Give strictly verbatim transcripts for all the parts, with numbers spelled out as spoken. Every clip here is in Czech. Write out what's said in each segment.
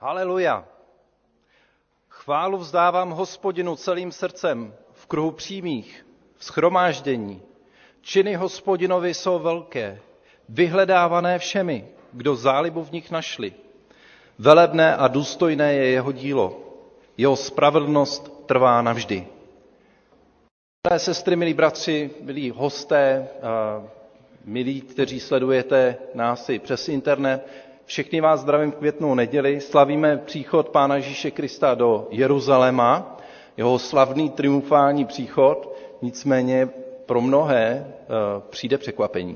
Haleluja. Chválu vzdávám Hospodinu celým srdcem, v kruhu přímých, v shromáždění. Činy Hospodinovi jsou velké, vyhledávané všemi, kdo zálibu v nich našli. Velebné a důstojné je jeho dílo, jeho spravedlnost trvá navždy. Milé sestry, milí bratři, milí hosté, milí, kteří sledujete nás i přes internet, všechny vás zdravím v květnou neděli. Slavíme příchod Pána Ježíše Krista do Jeruzaléma, jeho slavný triumfální příchod, nicméně pro mnohé přijde překvapení.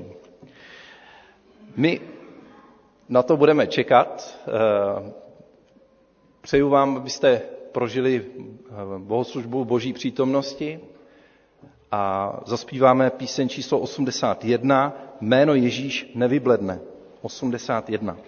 My na to budeme čekat. Přeju vám, abyste prožili bohoslužbu Boží přítomnosti a zaspíváme píseň číslo osmdesát jedna, Jméno Ježíš nevybledne. osmdesát jedna.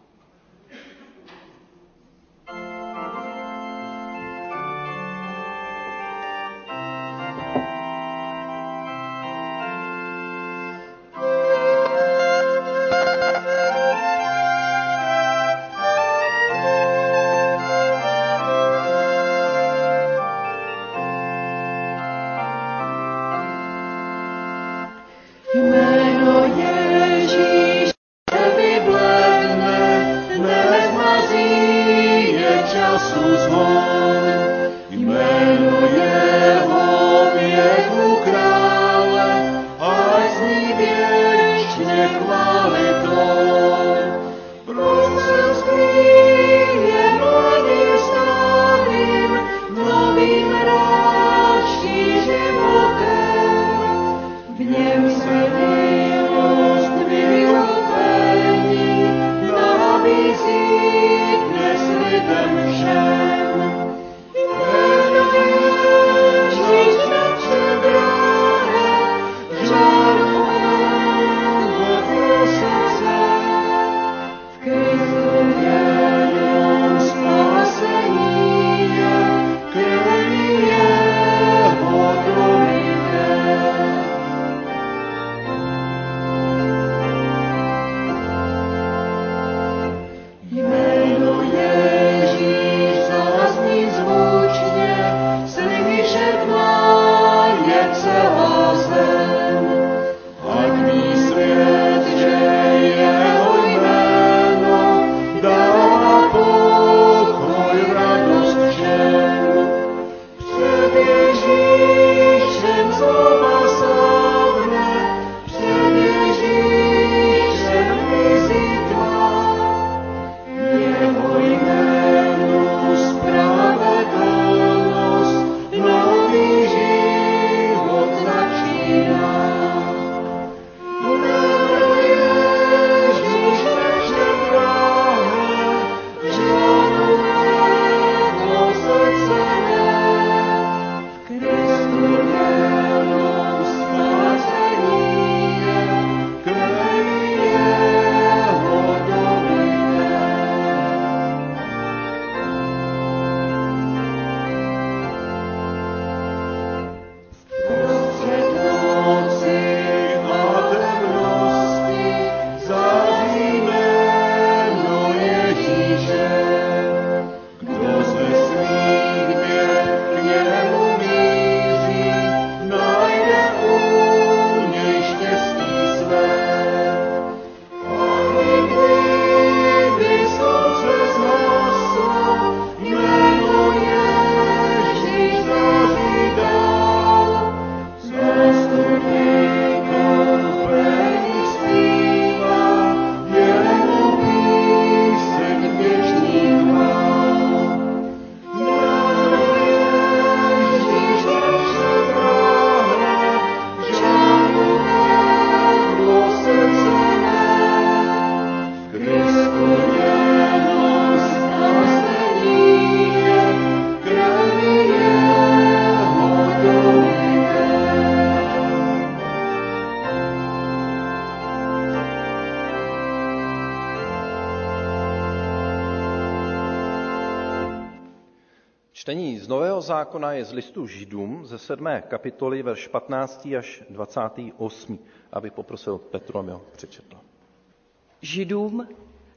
Čtení z Nového zákona je z listu Židům ze sedmé kapitoly, verš patnáctý až dvacátý osmý. Abych poprosil Petru, aby ho přečetl. Židům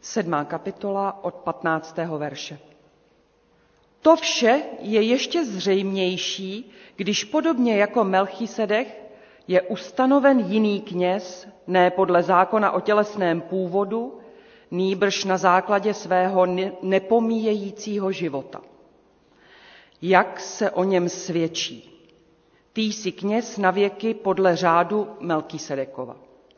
Sedmá kapitola od patnáctého verše. To vše je ještě zřejmější, když podobně jako Melchisedech je ustanoven jiný kněz, ne podle zákona o tělesném původu, nýbrž na základě svého nepomíjejícího života. Jak se o něm svědčí? Ty jsi kněz na věky podle řádu Melchisedekova.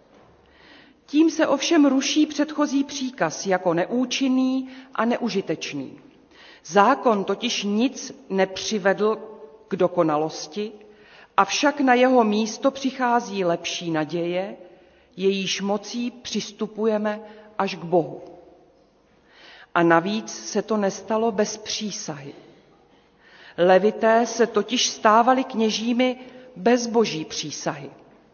Tím se ovšem ruší předchozí příkaz jako neúčinný a neužitečný. Zákon totiž nic nepřivedl k dokonalosti, avšak na jeho místo přichází lepší naděje, jejíž mocí přistupujeme až k Bohu. A navíc se to nestalo bez přísahy. Levité se totiž stávali kněžími bez boží přísahy.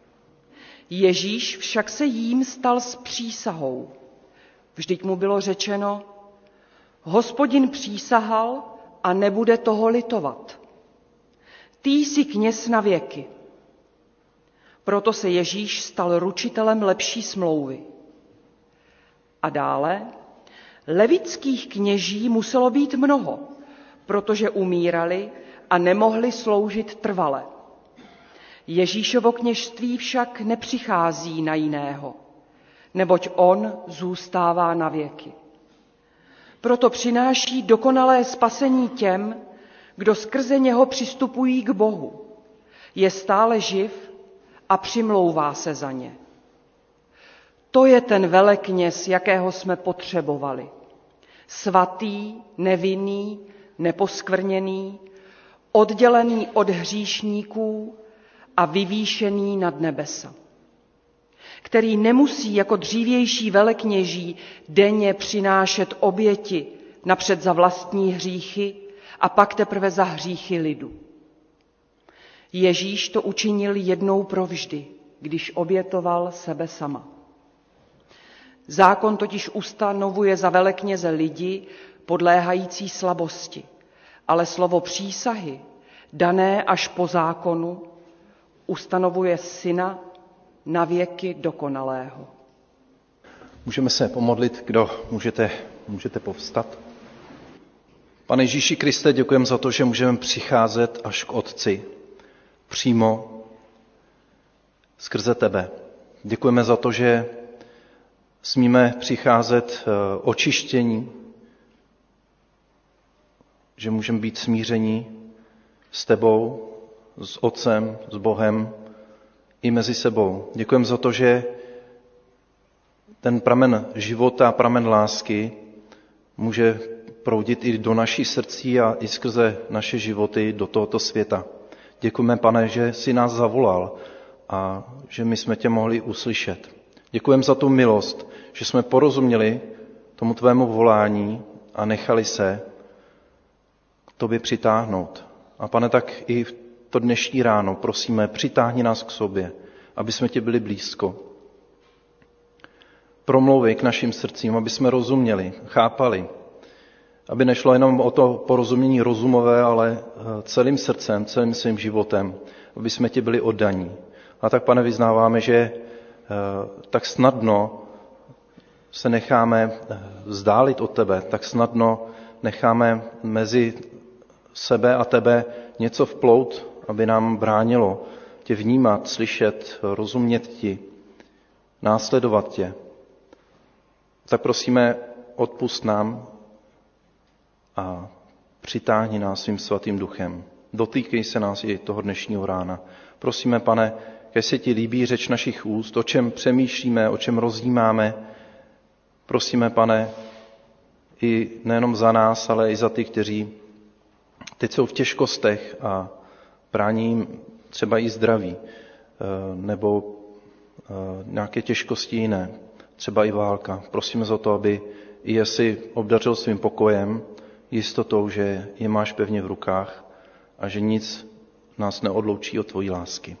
Ježíš však se jím stal s přísahou. Vždyť mu bylo řečeno, Hospodin přísahal a nebude toho litovat. Ty jsi kněz na věky. Proto se Ježíš stal ručitelem lepší smlouvy. A dále, levických kněží muselo být mnoho, protože umírali a nemohli sloužit trvale. Ježíšovo kněžství však nepřichází na jiného, neboť on zůstává na věky. Proto přináší dokonalé spasení těm, kdo skrze něho přistupují k Bohu. Je stále živ a přimlouvá se za ně. To je ten velekněz, jakého jsme potřebovali. Svatý, nevinný, neposkvrněný, oddělený od hříšníků a vyvýšený nad nebesa, který nemusí jako dřívější velekněží denně přinášet oběti napřed za vlastní hříchy a pak teprve za hříchy lidu. Ježíš to učinil jednou provždy, když obětoval sebe sama. Zákon totiž ustanovuje za velekněze lidi podléhající slabosti, ale slovo přísahy, dané až po zákonu, ustanovuje syna na věky dokonalého. Můžeme se pomodlit, kdo můžete, můžete povstat. Pane Ježíši Kriste, děkujeme za to, že můžeme přicházet až k Otci přímo skrze tebe. Děkujeme za to, že smíme přicházet očištění, že můžeme být smíření s tebou, s Otcem, s Bohem i mezi sebou. Děkujeme za to, že ten pramen života, pramen lásky může proudit i do naší srdcí a i skrze naše životy do tohoto světa. Děkujeme, Pane, že jsi nás zavolal a že my jsme tě mohli uslyšet. Děkujeme za tu milost, že jsme porozuměli tomu tvému volání a nechali se k tobě přitáhnout. A Pane, tak i v to dnešní ráno prosíme, přitáhni nás k sobě, aby jsme tě byli blízko. Promlouvej k našim srdcím, aby jsme rozuměli, chápali, aby nešlo jenom o to porozumění rozumové, ale celým srdcem, celým svým životem, aby jsme ti byli oddaní. A tak, Pane, vyznáváme, že tak snadno se necháme vzdálit od tebe, tak snadno necháme mezi sebe a tebe něco vplout, aby nám bránilo tě vnímat, slyšet, rozumět ti, následovat tě. Tak prosíme, odpusť nám a přitáhni nás svým svatým duchem. Dotýkej se nás i toho dnešního rána. Prosíme, Pane, kež se ti líbí řeč našich úst, o čem přemýšlíme, o čem rozjímáme. Prosíme, Pane, i nejenom za nás, ale i za ty, kteří teď jsou v těžkostech a brání jim třeba i zdraví, nebo nějaké těžkosti jiné, třeba i válka. Prosíme za to, aby i jsi obdařil svým pokojem, jistotou, že je máš pevně v rukách a že nic nás neodloučí od tvojí lásky.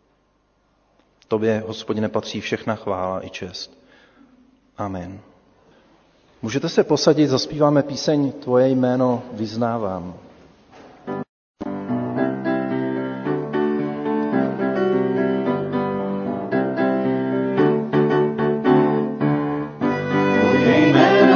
Tobě, Hospodine, patří všechna chvála i čest. Amen. Můžete se posadit, zaspíváme píseň Tvoje jméno vyznávám. Tvoje jméno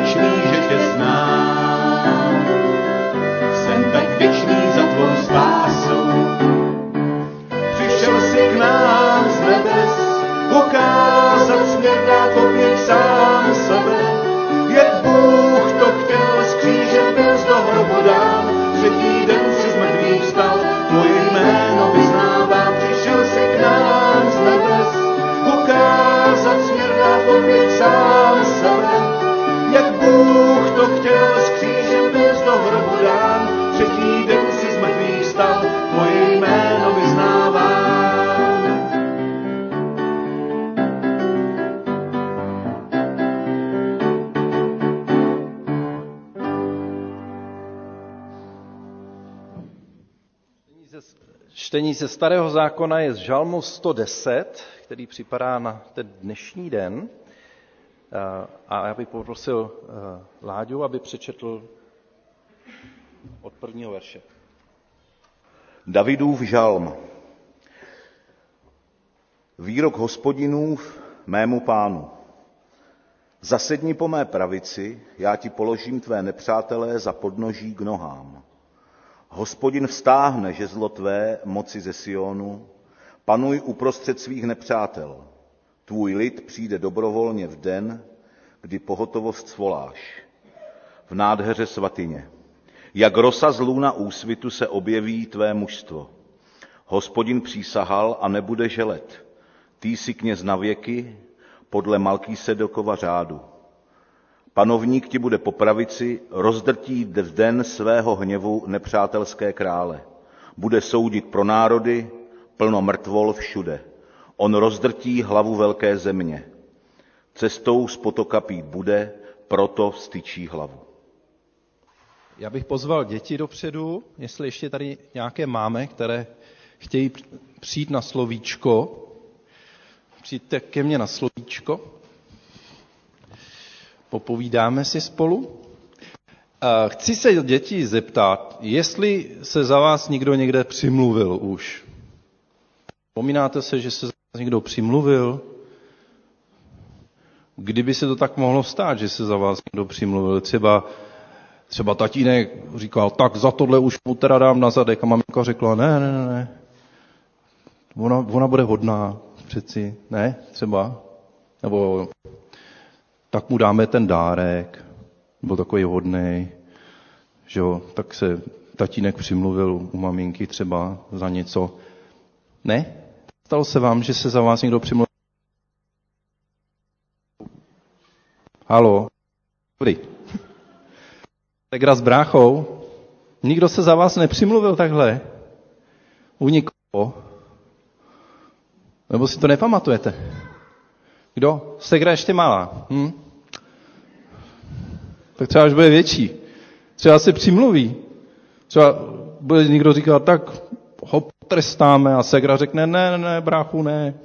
vděčný, že tě znám. Jsem tak vděčný za tvou spásu. Přišel jsi k nám z nebes, ukázat směr, dát opět sám sebe. Jak Bůh to chtěl, s křížem byl z toho hrobu dán. Třetí den si z mrtvých vstal, tvoje jméno vyznávám. Přišel jsi k nám z nebes, ukázat směr, dát opět sám sebe. Jak Bůh to chtěl, s křížem byl z toho hrobu dán. Třetí den si z mrtvých vstal, tvoje jméno vyznávám. Čtení ze Starého zákona je z Žalmu sto deset, který připadá na ten dnešní den. A já bych poprosil Láďu, aby přečetl od prvního verše. Davidův žalm. Výrok Hospodinův mému pánu. Zasedni po mé pravici, já ti položím tvé nepřátelé za podnoží k nohám. Hospodin vztáhne žezlo tvé moci ze Sionu, panuj uprostřed svých nepřátel. Tvůj lid přijde dobrovolně v den, kdy pohotovost svoláš. V nádheře svatyně. Jak rosa z lůna úsvitu se objeví tvé mužstvo. Hospodin přísahal a nebude želet. Ty jsi kněz na věky podle Malkýsedekova řádu. Panovník ti bude po pravici, rozdrtí v den svého hněvu nepřátelské krále. Bude soudit pro národy, plno mrtvol všude. On rozdrtí hlavu velké země. Cestou z potoka pít bude, proto vstyčí hlavu. Já bych pozval děti dopředu, jestli ještě tady nějaké máme, které chtějí přijít na slovíčko. Přijďte ke mně na slovíčko. Popovídáme si spolu. Chci se děti zeptat, jestli se za vás někdo někde přimluvil už. Vzpomínáte se, že se za vás někdo přimluvil? Kdyby se to tak mohlo stát, že se za vás někdo přimluvil? Třeba, třeba tatínek říkal, tak za tohle už mu teda dám na zadek. A maminka řekla, ne, ne, ne, ne. Ona, ona bude hodná přeci, ne? Třeba. Nebo tak mu dáme ten dárek. Byl takový hodnej, že jo, tak se tatínek přimluvil u maminky třeba za něco. Ne? Stalo se vám, že se za vás někdo přimluvil? Haló? Dobrý. Tegra s bráchou. Nikdo se za vás nepřimluvil takhle? U nikoho? Nebo si to nepamatujete? Kdo? Segra ještě malá. Hm? Tak třeba až bude větší. Třeba se přimluví. Třeba bude někdo říkat, tak ho potrestáme a segra řekne, ne, ne, ne, bráchu, ne.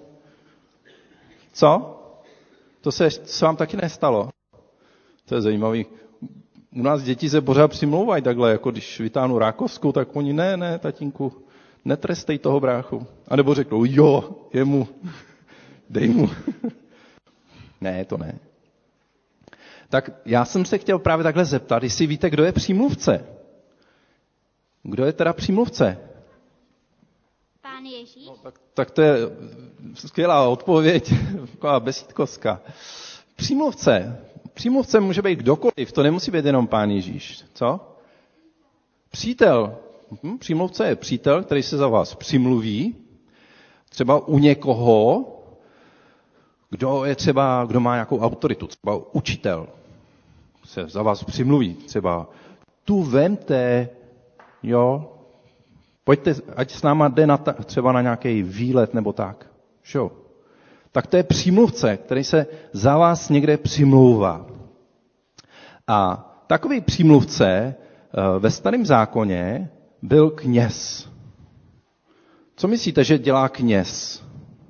Co? To se, se vám taky nestalo. To je zajímavý. U nás děti se pořád přimlouvají takhle, jako když vytáhnu rákosku, tak oni, ne, ne, tatínku, netrestej toho bráchu. A nebo řeknou, jo, jemu, dej mu. Ne, to ne. Tak já jsem se chtěl právě takhle zeptat, jestli víte, kdo je přímluvce. Kdo je teda přímluvce? Pán Ježíš. No, tak, tak to je skvělá odpověď, taková besídkovská. Přímluvce. Přímluvce může být kdokoliv, to nemusí být jenom Pán Ježíš. Co? Přítel. Hm? Přímluvce je přítel, který se za vás přimluví. Třeba u někoho, kdo je třeba, kdo má nějakou autoritu, třeba učitel se za vás přimluví, třeba tu vemte, jo, pojďte, ať s náma jde na ta, třeba na nějaký výlet nebo tak, jo. Tak to je přímluvce, který se za vás někde přimlouvá. A takový přímluvce ve Starém zákoně byl kněz. Co myslíte, že dělá kněz?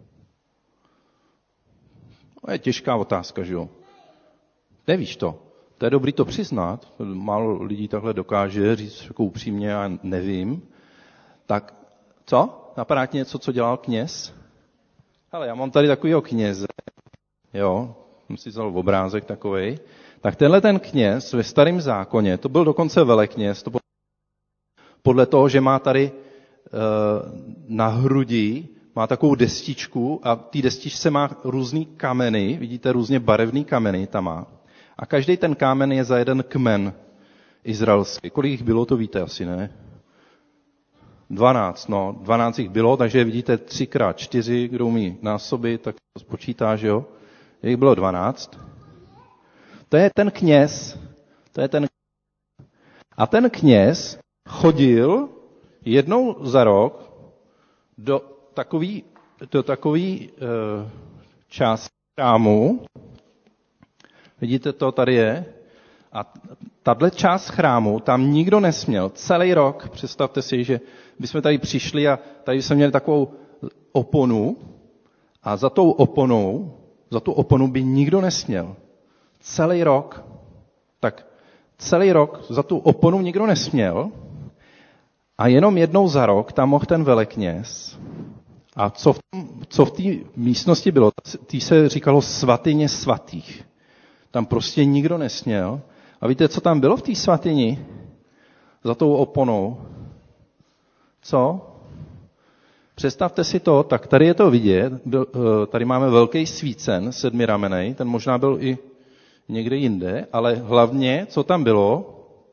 To je těžká otázka, že jo? Nevíš to. To je dobrý to přiznat. Málo lidí takhle dokáže říct jako upřímně, já nevím. Tak co? Napadá ti něco, co dělal kněz? Hele, já mám tady takovýho kněze. Jo, jsem si vzal obrázek takovej, tak tenhle ten kněz ve Starém zákoně, to byl dokonce velekněz, to byl podle toho, že má tady e, na hrudi, má takovou destičku a v té destičce má různý kameny, vidíte, různě barevný kameny tam má. A každý ten kámen je za jeden kmen izraelský. Kolik jich bylo, to víte asi, ne? Dvanáct, no, dvanáct jich bylo, takže vidíte tři krát čtyři, kdo umí násoby, tak to spočítá, že jo? Jich bylo dvanáct. To je ten kněz, to je ten a ten kněz chodil jednou za rok do takový, do takový e, části chrámu. Vidíte, to tady je. A tahle část chrámu, tam nikdo nesměl. Celý rok, představte si, že bychom tady přišli a tady jsme měli takovou oponu a za tou oponou, za tu oponu by nikdo nesměl. Celý rok. Tak celý rok za tu oponu nikdo nesměl a jenom jednou za rok tam mohl ten velekněz. A co v, co v té místnosti bylo? Tý se říkalo svatyně svatých. Tam prostě nikdo nesměl. A víte, co tam bylo v té svatyni? Za tou oponou. Co? Představte si to, tak tady je to vidět. Tady máme velký svícen, sedmiramenej, ten možná byl i někde jinde, ale hlavně, co tam bylo,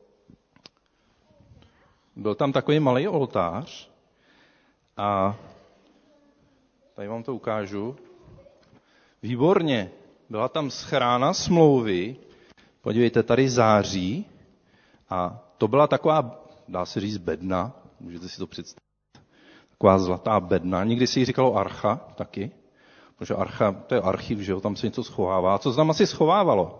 byl tam takový malý oltář a tady vám to ukážu. Výborně. Byla tam schrána smlouvy, podívejte, tady září a to byla taková, dá se říct, bedna, můžete si to představit, taková zlatá bedna, někdy si ji říkalo archa taky, protože archa, to je archiv, že jo, tam se něco schovává. A co se tam asi schovávalo?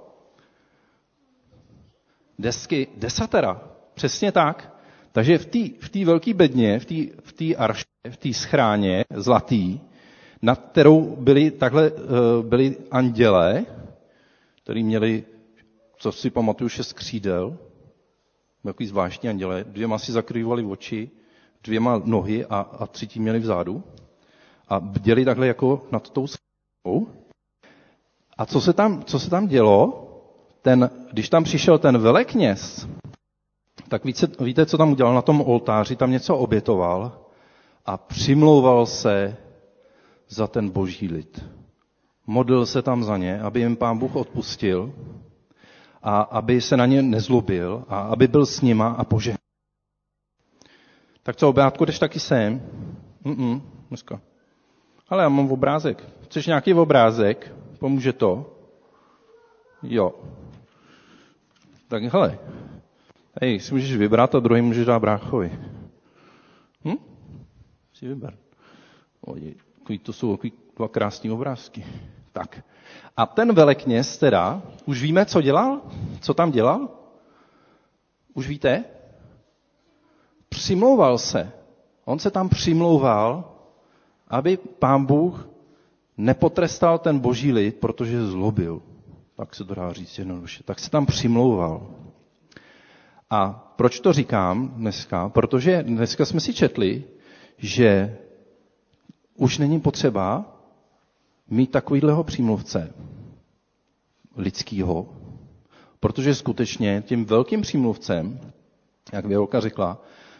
Desky, desatera, přesně tak. Takže v té v té velké bedně, v té v té arše, v té schráně zlatý, nad kterou byli takhle byli andělé, kteří měli, co si pamatuju, šest křídel, takový zvláštní andělé, dvěma si zakrývali oči, dvěma nohy a, a třetí měli vzadu a bděli takhle jako nad tou schránou. A co se tam, co se tam dělo? Ten, když tam přišel ten velekněz, tak víte, víte, co tam udělal na tom oltáři? Tam něco obětoval a přimlouval se za ten boží lid. Modlil se tam za ně, aby jim Pán Bůh odpustil a aby se na ně nezlobil a aby byl s nima a požehnal. Tak co, Beátko, jdeš taky sem? Mm-mm, dneska. Ale já mám obrázek. Chceš nějaký obrázek? Pomůže to? Jo. Tak hele, hej, si můžeš vybrat a druhý můžeš dát bráchovi. Hm? Si vyber. Takový, to jsou takový dva krásný obrázky. Tak. A ten velekněz teda, už víme, co dělal? Co tam dělal? Už víte? Přimlouval se. On se tam přimlouval, aby Pán Bůh nepotrestal ten boží lid, protože zlobil. Tak se to dá říct jednoduše. Tak se tam přimlouval. A proč to říkám dneska? Protože dneska jsme si četli, že už není potřeba mít takovýhleho přímluvce lidskýho, protože skutečně tím velkým přímluvcem, jak Věrolka řekla,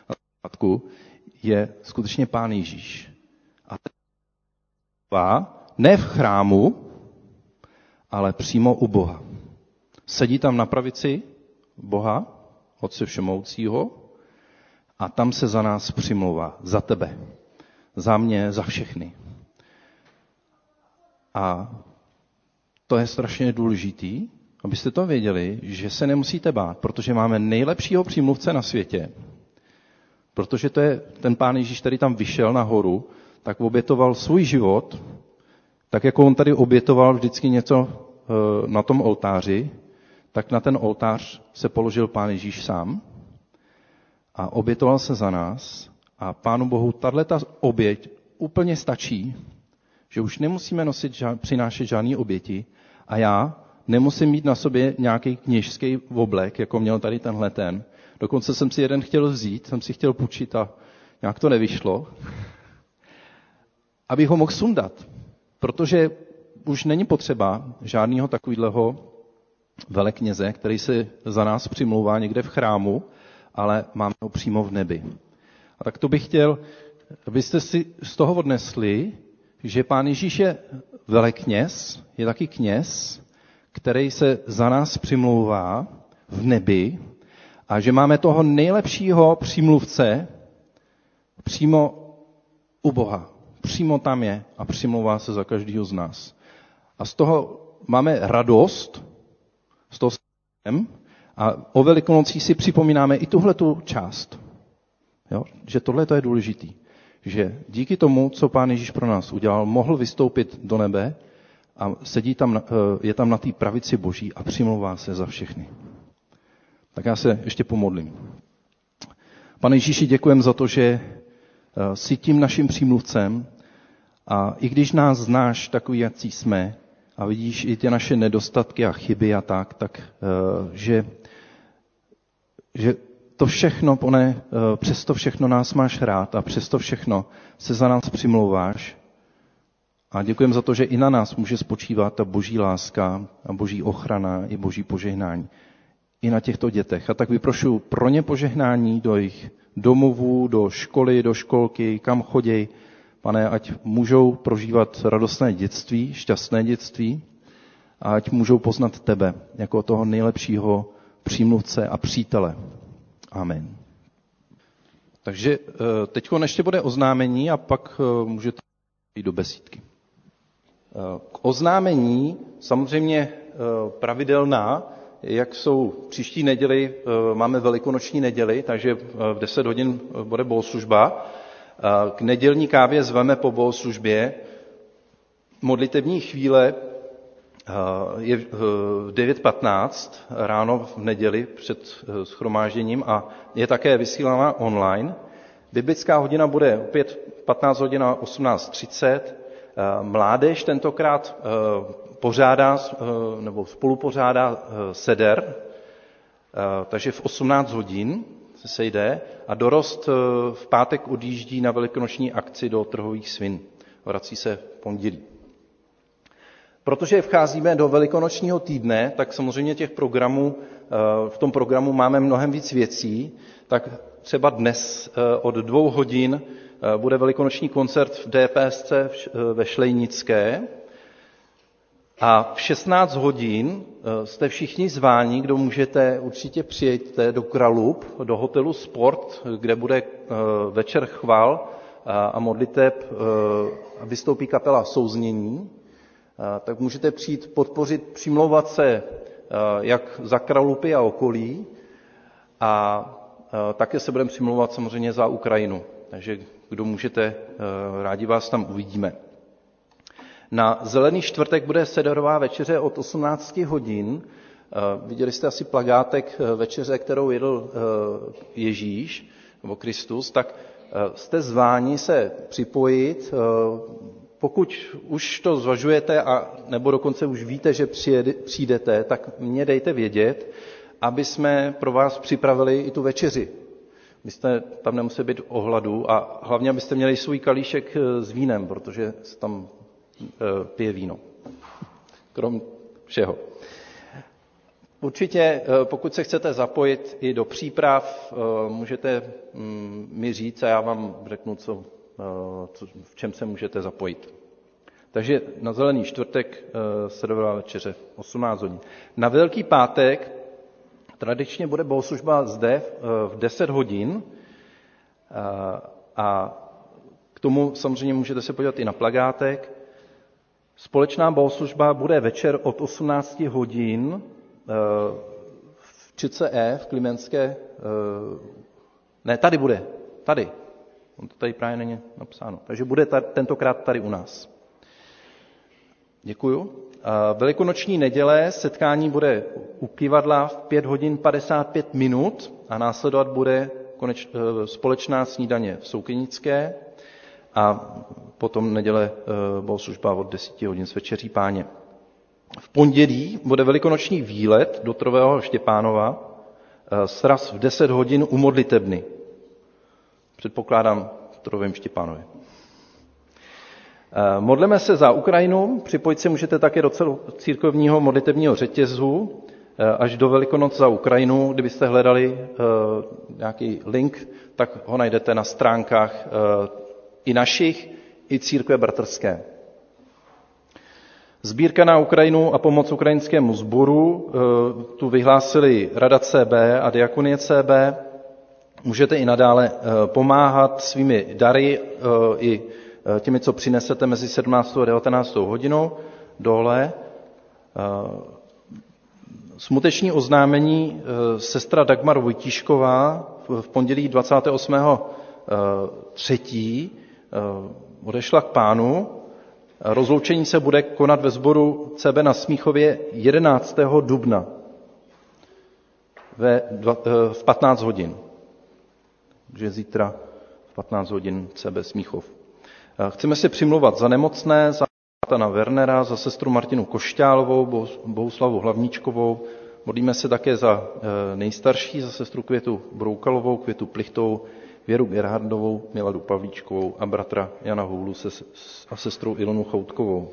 je skutečně Pán Ježíš. A ten ne v chrámu, ale přímo u Boha. Sedí tam na pravici Boha, Otce všemohoucího, a tam se za nás přimlouvá, za tebe, za mě, za všechny. A to je strašně důležitý, abyste to věděli, že se nemusíte bát, protože máme nejlepšího přímluvce na světě, protože to je ten Pán Ježíš, který tam vyšel nahoru, tak obětoval svůj život, tak jako on tady obětoval vždycky něco na tom oltáři, tak na ten oltář se položil Pán Ježíš sám a obětoval se za nás. A Pánu Bohu tato oběť úplně stačí, že už nemusíme nosit, přinášet žádný oběti a já nemusím mít na sobě nějaký kněžský oblek, jako měl tady tenhle ten. Dokonce jsem si jeden chtěl vzít, jsem si chtěl půjčit a nějak to nevyšlo, abych ho mohl sundat. Protože už není potřeba žádného takového velekněze, který se za nás přimlouvá někde v chrámu, ale máme ho přímo v nebi. A tak to bych chtěl, abyste si z toho odnesli, že Pán Ježíš je velekněz, je taky kněz, který se za nás přimlouvá v nebi a že máme toho nejlepšího přímluvce přímo u Boha. Přímo tam je a přimlouvá se za každého z nás. A z toho máme radost, z toho jsem, a o Velikonocích si připomínáme i tuhletu část. Jo? Že tohle je důležitý. Že díky tomu, co Pán Ježíš pro nás udělal, mohl vystoupit do nebe a sedí tam, je tam na té pravici Boží a přimlouvá se za všechny. Tak já se ještě pomodlím. Pane Ježíši, děkujeme za to, že jsi tím naším přímluvcem a i když nás znáš takový, jak jsme, a vidíš i ty naše nedostatky a chyby a tak, tak že, že to všechno, Pane, přesto všechno nás máš rád a přesto všechno se za nás přimlouváš. A děkujeme za to, že i na nás může spočívat ta boží láska a boží ochrana i boží požehnání. I na těchto dětech. A tak vyprošuji pro ně požehnání do jejich domovů, do školy, do školky, kam chodí. Pane, ať můžou prožívat radostné dětství, šťastné dětství a ať můžou poznat tebe jako toho nejlepšího přímluvce a přítele. Amen. Takže teď ještě bude oznámení a pak můžete jít do besídky. K oznámení samozřejmě pravidelná, jak jsou příští neděli, máme velikonoční neděli, takže v deset hodin bude bohoslužba. K nedělní kávě zveme po bohoslužbě. Modlitební chvíle je v devět patnáct ráno v neděli před shromážděním a je také vysílána online. Biblická hodina bude opět patnáct hodin a osmnáct třicet. Mládež tentokrát pořádá nebo spolupořádá seder, takže v osmnáct hodin se sejde a dorost v pátek odjíždí na velikonoční akci do Trhových svin. Vrací se v pondělí. Protože vcházíme do velikonočního týdne, tak samozřejmě těch programů, v tom programu máme mnohem víc věcí, tak třeba dnes od dvou hodin bude velikonoční koncert v D P S C ve Šlejnické a v šestnáct hodin jste všichni zváni, kdo můžete, určitě přijďte do Kralub, do hotelu Sport, kde bude večer chval a modliteb a vystoupí kapela Souznění. Tak můžete přijít podpořit, přimlouvat se jak za Kralupy a okolí a také se budeme přimlouvat samozřejmě za Ukrajinu. Takže kdo můžete, rádi vás tam uvidíme. Na Zelený čtvrtek bude sederová večeře od osmnáct hodin. Viděli jste asi plakátek večeře, kterou jedl Ježíš nebo Kristus, tak jste zváni se připojit. Pokud už to zvažujete a nebo dokonce už víte, že přijede, přijdete, tak mě dejte vědět, aby jsme pro vás připravili i tu večeři. Byste tam nemuseli být o hladu a hlavně, abyste měli svůj kalíšek s vínem, protože se tam pije víno. Krom všeho. Určitě, pokud se chcete zapojit i do příprav, můžete mi říct a já vám řeknu, co, v čem se můžete zapojit. Takže na Zelený čtvrtek sederová večeře osmnáct hodin. Na Velký pátek tradičně bude bohoslužba zde v deset hodin a k tomu samozřejmě můžete se podívat i na plakátek. Společná bohoslužba bude večer od osmnáct hodin v Čice E, v Klimenské. Ne, tady bude, tady. On to tady právě není napsáno. Takže bude tady, tentokrát tady u nás. Děkuju. Velikonoční neděle setkání bude u Kivadla v pět hodin padesát pět minut a následovat bude koneč, společná snídaně v Soukenické a potom neděle bohoslužba od deset hodin s večeří Páně. V pondělí bude velikonoční výlet do Trového Štěpánova, sraz v deset hodin u modlitebny. Předpokládám v Trovém Štěpánově. Modleme se za Ukrajinu, připojit se můžete také do celocírkevního modlitevního řetězu až do Velikonoc za Ukrajinu. Kdybyste hledali nějaký link, tak ho najdete na stránkách i našich, i církve bratrské. Sbírka na Ukrajinu a pomoc ukrajinskému sboru tu vyhlásili Rada C B a Diakonie C B. Můžete i nadále pomáhat svými dary i těmi, co přinesete mezi sedmnáctou a devatenáctou hodinou dole. Smuteční oznámení: sestra Dagmar Vojtíšková v pondělí dvacátého osmého třetího odešla k Pánu. Rozloučení se bude konat ve sboru C B na Smíchově jedenáctého dubna ve dva, v patnáct hodin. Takže zítra v patnáct hodin C B Smíchov. Chceme se přimlouvat za nemocné, za Tana Wernera, za sestru Martinu Košťálovou, Bohuslavu Hlavníčkovou. Modlíme se také za nejstarší, za sestru Květu Broukalovou, Květu Plichtovou, Věru Gerhardovou, Miladu Pavlíčkovou a bratra Jana Houlu se, a sestru Ilonu Choutkovou.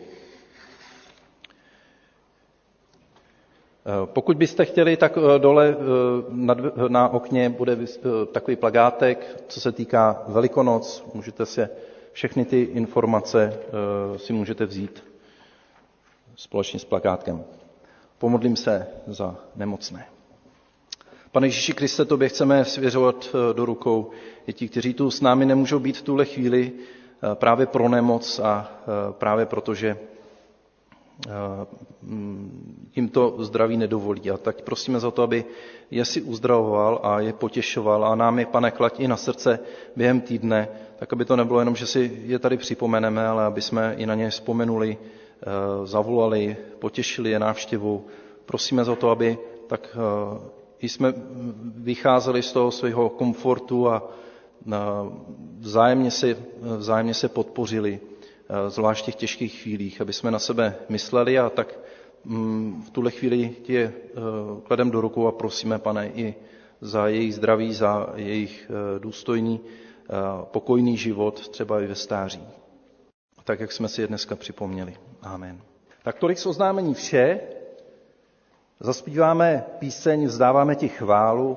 Pokud byste chtěli, tak dole na, na okně bude takový plakátek, co se týká Velikonoc. Můžete se všechny ty informace si můžete vzít společně s plakátkem. Pomodlím se za nemocné. Pane Ježíši Kriste, tobě chceme svěřovat do rukou i ti, kteří tu s námi nemůžou být v tuhle chvíli právě pro nemoc a právě proto, že jim to zdraví nedovolí. A tak prosíme za to, aby je si uzdravoval a je potěšoval a nám je, Pane, klaď i na srdce během týdne, tak aby to nebylo jenom, že si je tady připomeneme, ale aby jsme i na ně vzpomenuli, zavolali, potěšili je návštěvou. Prosíme za to, aby tak jsme vycházeli z toho svého komfortu a vzájemně se, vzájemně se podpořili, zvlášť v těch těžkých chvílích, aby jsme na sebe mysleli a tak v tuhle chvíli tě kladem do rukou a prosíme, Pane, i za jejich zdraví, za jejich důstojný, pokojný život, třeba i ve stáří. Tak, jak jsme si je dneska připomněli. Amen. Tak tolik z oznámení vše. Zaspíváme píseň, vzdáváme ti chválu.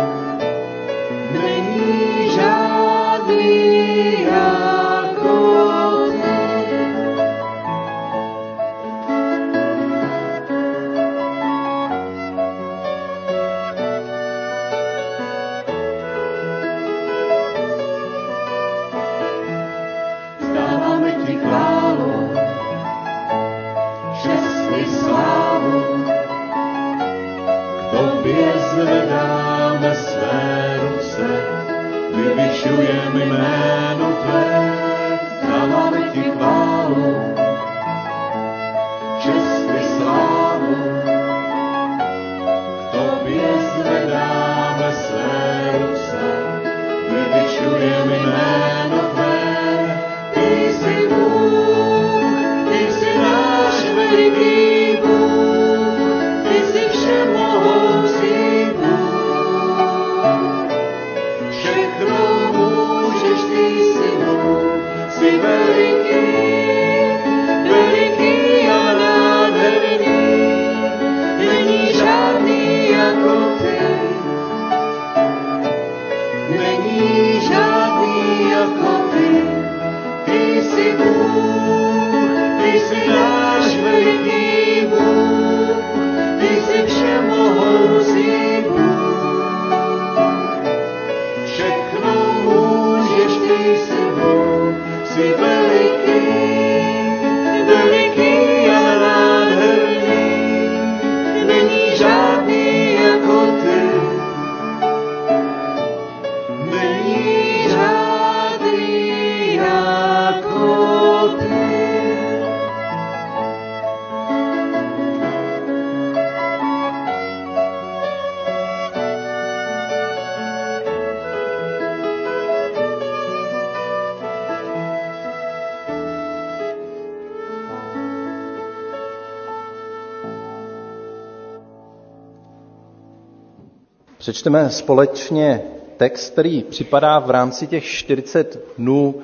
Není žádný jako jsi Bůh, ty jsi náš veliký Bůh, ty jsi všemohoucí Bůh. Všechno můžeš, ty jsi Bůh, jsi veliký, veliký a nádherný, není žádný jako ty. Není žádný jako ty. Přečteme společně text, který připadá v rámci těch čtyřiceti dnů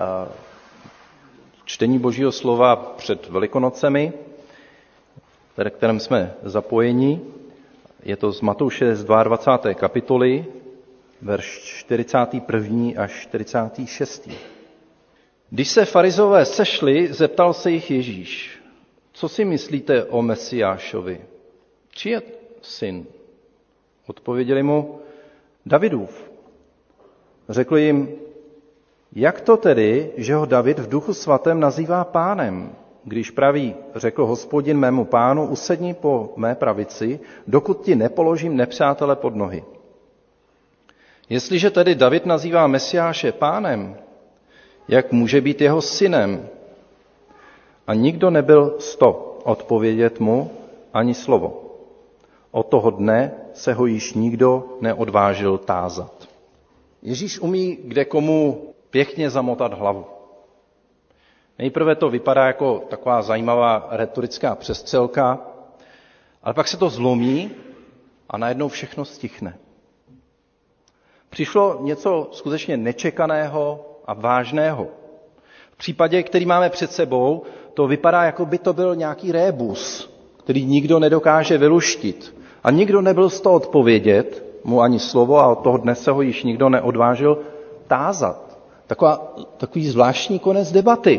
čtení Božího slova před Velikonocemi, ve kterém jsme zapojeni. Je to z Matouše z dvacáté druhé kapitoly, verš čtyřicátý první až čtyřicátý šestý Když se farizové sešli, zeptal se jich Ježíš: co si myslíte o Mesiášovi? Čí je syn? Odpověděli mu: Davidův. Řekl jim: jak to tedy, že ho David v duchu svatém nazývá pánem, když praví: řekl Hospodin mému pánu, usedni po mé pravici, dokud ti nepoložím nepřátele pod nohy. Jestliže tedy David nazývá Mesiáše pánem, jak může být jeho synem? A nikdo nebyl sto odpovědět mu ani slovo. Od toho dne se ho již nikdo neodvážil tázat. Ježíš umí kde komu pěkně zamotat hlavu. Nejprve to vypadá jako taková zajímavá retorická přestřelka, ale pak se to zlomí a najednou všechno stichne. Přišlo něco skutečně nečekaného a vážného. V případě, který máme před sebou, to vypadá, jako by to byl nějaký rébus, který nikdo nedokáže vyluštit. A nikdo nebyl z toho odpovědět, mu ani slovo, a od toho dne se ho již nikdo neodvážil tázat. Taková, takový zvláštní konec debaty.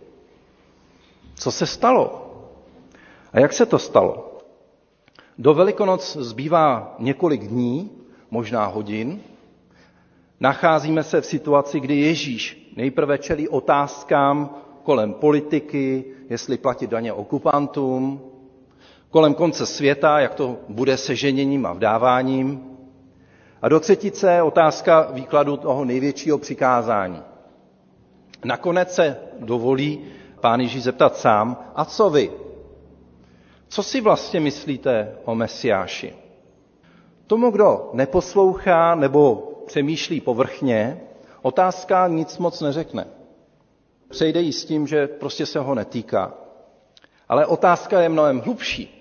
Co se stalo? A jak se to stalo? Do Velikonoc zbývá několik dní, možná hodin. Nacházíme se v situaci, kdy Ježíš nejprve čelí otázkám kolem politiky, jestli platit daně okupantům, kolem konce světa, jak to bude se ženěním a vdáváním. A do třetice otázka výkladu toho největšího přikázání. Nakonec se dovolí Pán Ježíš zeptat sám: a co vy? Co si vlastně myslíte o Mesiáši? Tomu, kdo neposlouchá nebo přemýšlí povrchně, otázka nic moc neřekne. Přejde jí s tím, že prostě se ho netýká. Ale otázka je mnohem hlubší.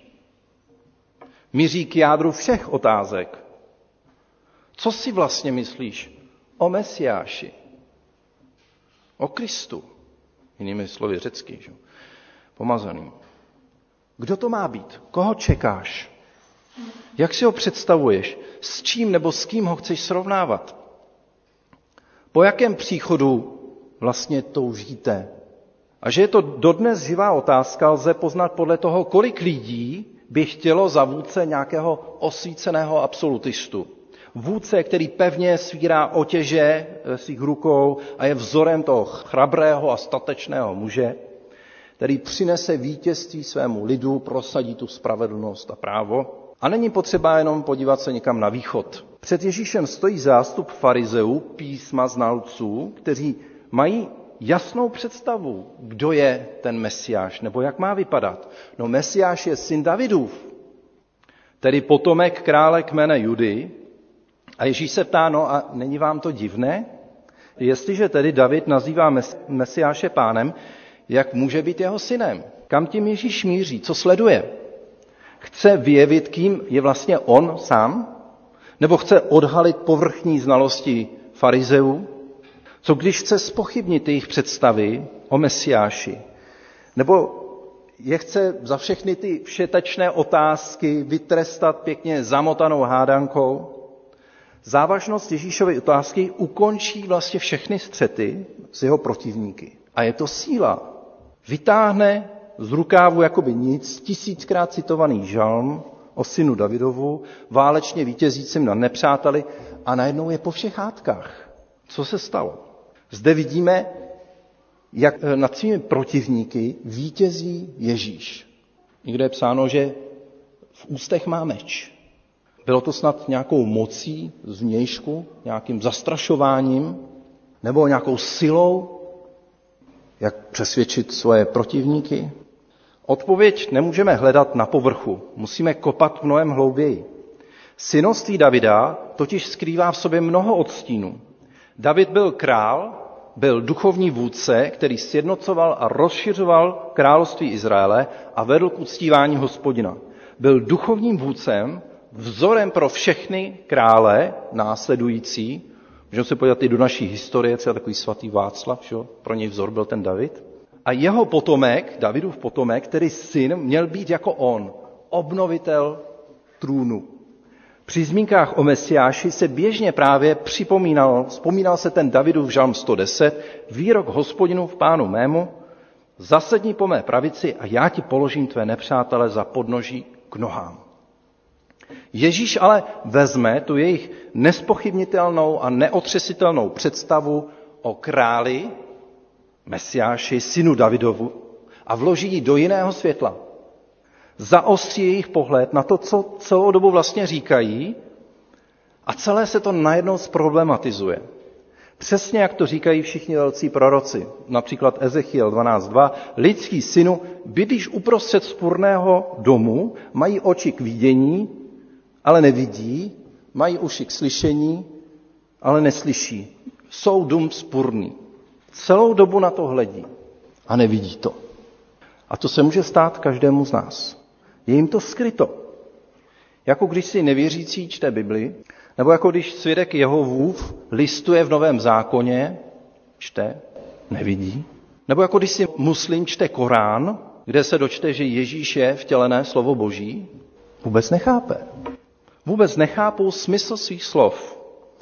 Míří k jádru všech otázek. Co si vlastně myslíš o Mesiáši? O Kristu? Jinými slovy řecky, že? Pomazaný. Kdo to má být? Koho čekáš? Jak si ho představuješ? S čím nebo s kým ho chceš srovnávat? Po jakém příchodu vlastně toužíte? A že je to dodnes živá otázka, lze poznat podle toho, kolik lidí by chtělo za vůdce nějakého osvíceného absolutistu. Vůdce, který pevně svírá otěže ve svých rukou a je vzorem toho chrabrého a statečného muže, který přinese vítězství svému lidu, prosadí tu spravedlnost a právo. A není potřeba jenom podívat se někam na východ. Před Ježíšem stojí zástup farizeů, písma znalců, kteří mají jasnou představu, kdo je ten Mesiáš, nebo jak má vypadat. No, Mesiáš je syn Davidův, tedy potomek krále kmene Judy. A Ježíš se ptá: no a není vám to divné? Jestliže tedy David nazývá Mesiáše pánem, jak může být jeho synem? Kam tím Ježíš míří? Co sleduje? Chce vyjevit, kým je vlastně on sám? Nebo chce odhalit povrchní znalosti farizeů? Co když chce zpochybnit jejich představy o Mesiáši? Nebo je chce za všechny ty všetečné otázky vytrestat pěkně zamotanou hádankou? Závažnost Ježíšovy otázky ukončí vlastně všechny střety s jeho protivníky. A je to síla. Vytáhne z rukávu jakoby nic tisíckrát citovaný žalm o synu Davidovu, válečně vítězícím nad nepřáteli a najednou je po všech hádkách. Co se stalo? Zde vidíme, jak nad svými protivníky vítězí Ježíš. Někde je psáno, že v ústech má meč. Bylo to snad nějakou mocí zvnějšku, nějakým zastrašováním nebo nějakou silou, jak přesvědčit svoje protivníky? Odpověď nemůžeme hledat na povrchu, musíme kopat mnohem hlouběji. Synoství Davida totiž skrývá v sobě mnoho odstínů. David byl král, byl duchovní vůdce, který sjednocoval a rozšiřoval království Izraele a vedl k uctívání Hospodina. Byl duchovním vůdcem, vzorem pro všechny krále následující. Můžeme se podívat i do naší historie, třeba takový svatý Václav, že? Pro něj vzor byl ten David. A jeho potomek, Davidův potomek, který syn, měl být jako on, obnovitel trůnu. Při zmínkách o Mesiáši se běžně právě připomínal, vzpomínal se ten Davidův žalm sto deset, výrok Hospodinu v pánu mému, zasedni po mé pravici a já ti položím tvé nepřátele za podnoží k nohám. Ježíš ale vezme tu jejich nespochybnitelnou a neotřesitelnou představu o králi, Mesiáši, synu Davidovu a vloží ji do jiného světla. Zaostří jejich pohled na to, co celou dobu vlastně říkají a celé se to najednou zproblematizuje. Přesně jak to říkají všichni velcí proroci. Například Ezechiel dvanáct dva. Lidský synu, bydlíš uprostřed vzpurného domu, mají oči k vidění, ale nevidí, mají uši k slyšení, ale neslyší. Jsou dům vzpurný. Celou dobu na to hledí a nevidí to. A to se může stát každému z nás. Je jim to skryto. Jako když si nevěřící čte Bibli, nebo jako když svědek Jehovův listuje v Novém zákoně, čte, nevidí. Nebo jako když si muslim čte Korán, kde se dočte, že Ježíš je vtělené slovo Boží, vůbec nechápe. Vůbec nechápou smysl svých slov.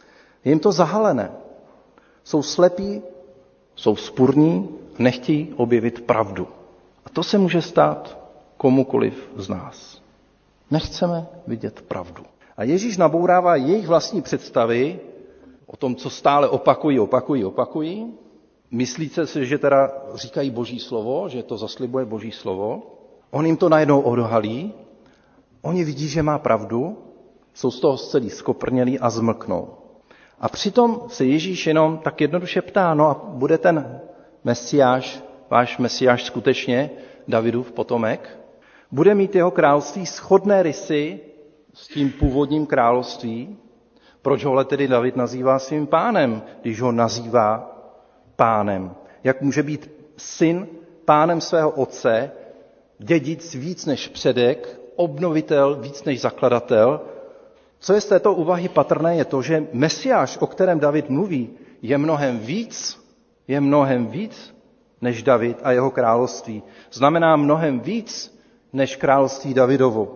Je jim to zahalené. Jsou slepí, jsou vzpurní, nechtějí objevit pravdu. A to se může stát komukoliv z nás. Nechceme vidět pravdu. A Ježíš nabourává jejich vlastní představy o tom, co stále opakují, opakují, opakují. Myslíte si, že teda říkají Boží slovo, že to zaslibuje Boží slovo. On jim to najednou odhalí. Oni vidí, že má pravdu, jsou z toho celý skoprnělí a zmlknou. A přitom se Ježíš jenom tak jednoduše ptá, no a bude ten Mesiáš, váš Mesiáš skutečně Davidův potomek? Bude mít jeho království shodné rysy s tím původním království? Proč ho tedy David nazývá svým pánem, když ho nazývá pánem? Jak může být syn pánem svého otce, dědic víc než předek, obnovitel víc než zakladatel? Co je z této úvahy patrné, je to, že Mesiáš, o kterém David mluví, je mnohem víc, je mnohem víc než David a jeho království. Znamená mnohem víc než království Davidovo.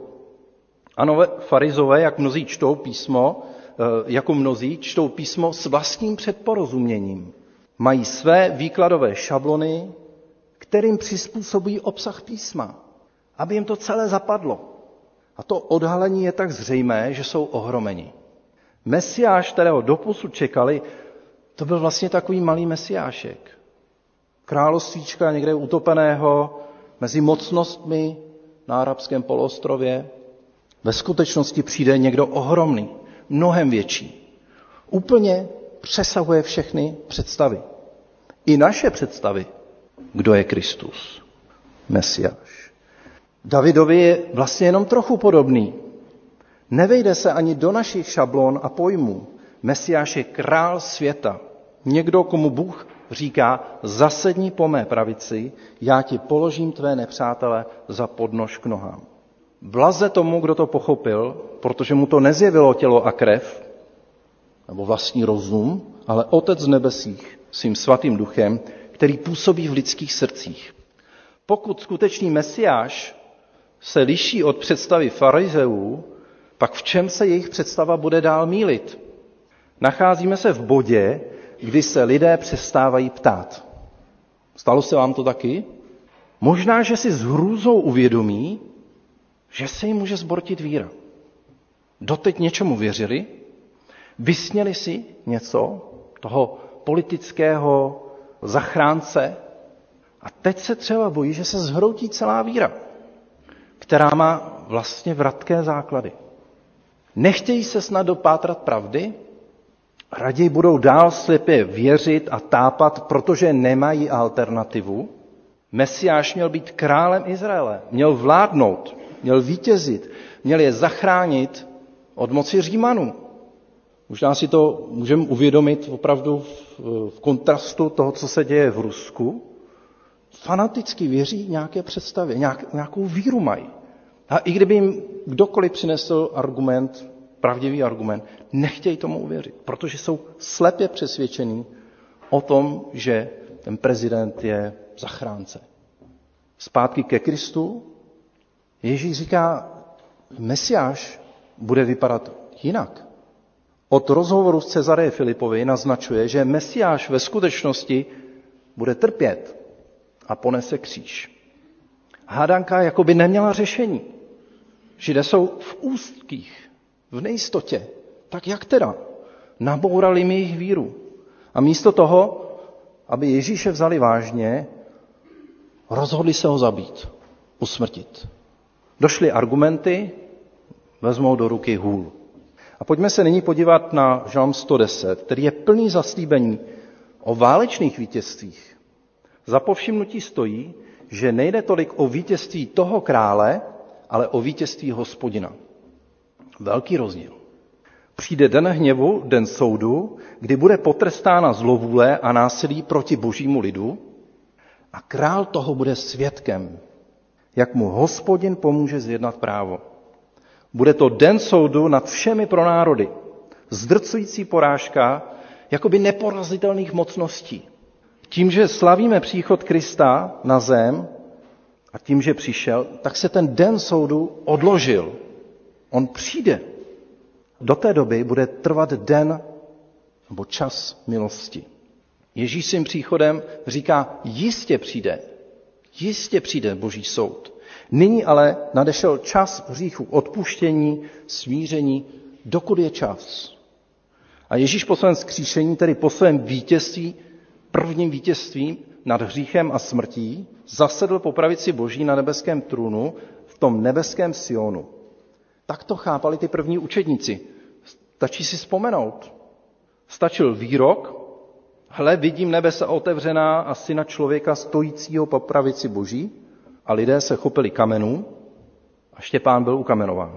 Ano, farizové, jak mnozí čtou písmo, jako mnozí čtou písmo s vlastním předporozuměním. Mají své výkladové šablony, kterým přizpůsobují obsah písma, aby jim to celé zapadlo. A to odhalení je tak zřejmé, že jsou ohromeni. Mesiáš, kterého doposud čekali, to byl vlastně takový malý mesiášek. Královstvíčka někde utopeného mezi mocnostmi na arabském poloostrově. Ve skutečnosti přijde někdo ohromný, mnohem větší. Úplně přesahuje všechny představy. I naše představy, kdo je Kristus, Mesiáš. Davidovi je vlastně jenom trochu podobný. Nevejde se ani do našich šablon a pojmů. Mesiáš je král světa. Někdo, komu Bůh říká, zasedni po mé pravici, já ti položím tvé nepřátele za podnož k nohám. Blaze tomu, kdo to pochopil, protože mu to nezjevilo tělo a krev, nebo vlastní rozum, ale Otec z nebesích svým svatým duchem, který působí v lidských srdcích. Pokud skutečný Mesiáš se liší od představy farizeů, pak v čem se jejich představa bude dál mýlit? Nacházíme se v bodě, kdy se lidé přestávají ptát. Stalo se vám to taky? Možná, že si s hrůzou uvědomí, že se jim může zbortit víra. Doteď něčemu věřili, vysněli si něco, toho politického zachránce, a teď se třeba bojí, že se zhroutí celá víra, která má vlastně vratké základy. Nechtějí se snad dopátrat pravdy, raději budou dál slepě věřit a tápat, protože nemají alternativu. Mesiáš měl být králem Izraele, měl vládnout, měl vítězit, měl je zachránit od moci Římanů. Možná si to můžeme uvědomit opravdu v kontrastu toho, co se děje v Rusku. Fanaticky věří nějaké představě, nějak, nějakou víru mají. A i kdyby jim kdokoliv přinesl argument, pravdivý argument, nechtějí tomu uvěřit, protože jsou slepě přesvědčení o tom, že ten prezident je zachránce. Zpátky ke Kristu, Ježíš říká, Mesiáš bude vypadat jinak. Od rozhovoru s Cezareje Filipovi naznačuje, že Mesiáš ve skutečnosti bude trpět a ponese kříž. Hádanka jakoby neměla řešení. Židé jsou v úzkých, v nejistotě. Tak jak teda? Nabourali jim jejich víru. A místo toho, aby Ježíše vzali vážně, rozhodli se ho zabít, usmrtit. Došly argumenty, vezmou do ruky hůl. A pojďme se nyní podívat na Žalm sto deset, který je plný zaslíbení o válečných vítězstvích. Za povšimnutí stojí, že nejde tolik o vítězství toho krále, ale o vítězství Hospodina. Velký rozdíl. Přijde den hněvu, den soudu, kdy bude potrestána zlovůle a násilí proti božímu lidu a král toho bude svědkem, jak mu Hospodin pomůže zjednat právo. Bude to den soudu nad všemi pro národy, zdrcující porážka jakoby neporazitelných mocností. Tím, že slavíme příchod Krista na zem a tím, že přišel, tak se ten den soudu odložil. On přijde. Do té doby bude trvat den nebo čas milosti. Ježíš svým příchodem říká, jistě přijde, jistě přijde boží soud. Nyní ale nadešel čas hříchu, odpuštění, smíření, dokud je čas. A Ježíš po svém vzkříšení, tedy po svém vítězství, prvním vítězstvím nad hříchem a smrtí, zasedl po pravici Boží na nebeském trůnu v tom nebeském Sionu. Tak to chápali ty první učedníci. Stačí si vzpomenout. Stačil výrok, hle, vidím nebesa otevřená a syna člověka stojícího po pravici Boží, a lidé se chopili kamenů a Štěpán byl ukamenován.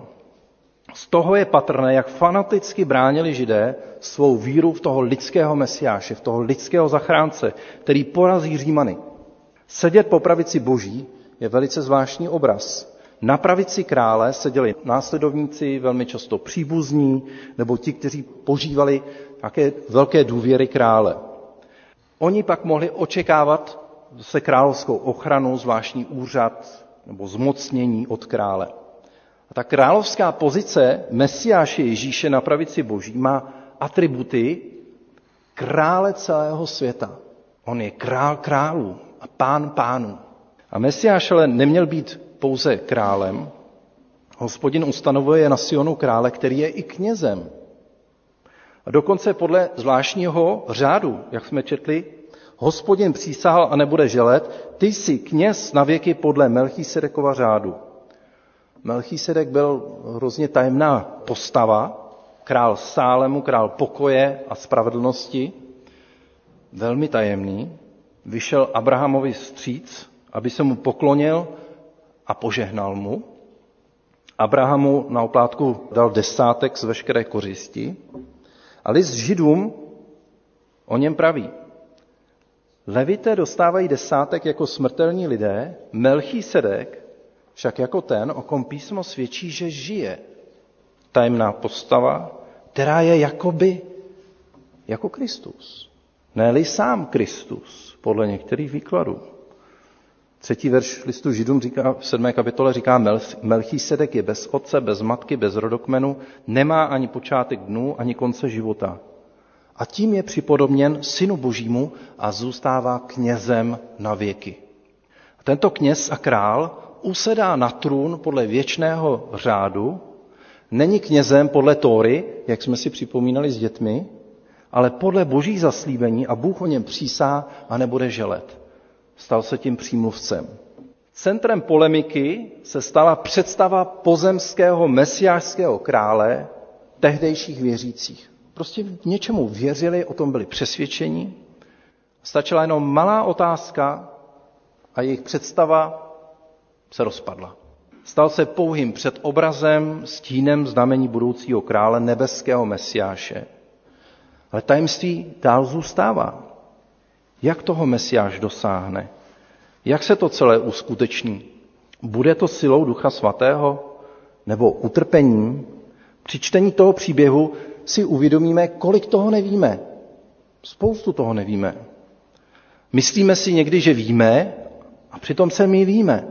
Z toho je patrné, jak fanaticky bránili Židé svou víru v toho lidského mesiáše, v toho lidského zachránce, který porazí Římany. Sedět po pravici Boží je velice zvláštní obraz. Na pravici krále seděli následovníci, velmi často příbuzní, nebo ti, kteří požívali také velké důvěry krále. Oni pak mohli očekávat se královskou ochranu, zvláštní úřad nebo zmocnění od krále. A ta královská pozice Mesiáše Ježíše na pravici Boží má atributy krále celého světa. On je král králů a pán pánů. A Mesiáš ale neměl být pouze králem. Hospodin ustanovuje na Sionu krále, který je i knězem. A dokonce podle zvláštního řádu, jak jsme četli, Hospodin přísahal a nebude želet, ty jsi kněz na věky podle Melchisedekova řádu. Melchisedek byl hrozně tajemná postava, král Sálemu, král pokoje a spravedlnosti, velmi tajemný, vyšel Abrahamovi vstříc, aby se mu poklonil a požehnal mu. Abrahamu na oplátku dal desátek z veškeré kořisti a list Židům o něm praví. Levité dostávají desátek jako smrtelní lidé, Melchisedek však jako ten, o kom písmo svědčí, že žije. Tajemná postava, která je jakoby jako Kristus. Ne-li sám Kristus, podle některých výkladů. Třetí verš listu Židům říká, v sedmé kapitole říká, Melchisedek je bez otce, bez matky, bez rodokmenu, nemá ani počátek dnů, ani konce života. A tím je připodobněn Synu Božímu a zůstává knězem na věky. A tento kněz a král usedá na trůn podle věčného řádu, není knězem podle Tóry, jak jsme si připomínali s dětmi, ale podle Boží zaslíbení a Bůh o něm přísá a nebude želet. Stal se tím přímluvcem. Centrem polemiky se stala představa pozemského mesiášského krále tehdejších věřících. Prostě v něčemu věřili, o tom byli přesvědčeni. Stačila jenom malá otázka a jejich představa se rozpadla. Stal se pouhým předobrazem, stínem znamení budoucího krále, nebeského mesiáše. Ale tajemství dál zůstává. Jak toho mesiáš dosáhne? Jak se to celé uskuteční? Bude to silou Ducha Svatého nebo utrpením? Při čtení toho příběhu si uvědomíme, kolik toho nevíme. Spoustu toho nevíme. Myslíme si někdy, že víme, a přitom se my víme.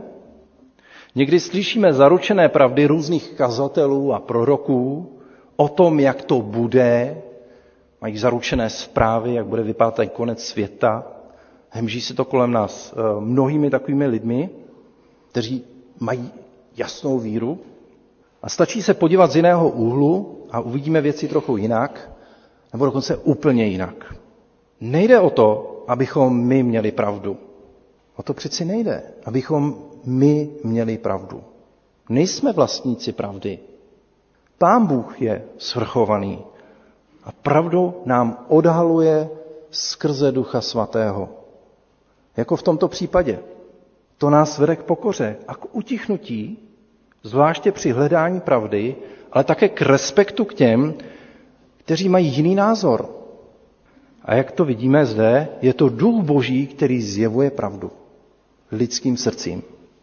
Někdy slyšíme zaručené pravdy různých kazatelů a proroků o tom, jak to bude, mají zaručené zprávy, jak bude vypadat ten konec světa. Hemží se to kolem nás mnohými takovými lidmi, kteří mají jasnou víru. A stačí se podívat z jiného úhlu a uvidíme věci trochu jinak, nebo dokonce úplně jinak. Nejde o to, abychom my měli pravdu. O to přeci nejde, abychom my měli pravdu. Nejsme vlastníci pravdy. Pán Bůh je svrchovaný a pravdu nám odhaluje skrze Ducha Svatého. Jako v tomto případě. To nás vede k pokoře a k utichnutí, zvláště při hledání pravdy, ale také k respektu k těm, kteří mají jiný názor. A jak to vidíme zde, je to Duch Boží, který zjevuje pravdu lidským srdcím.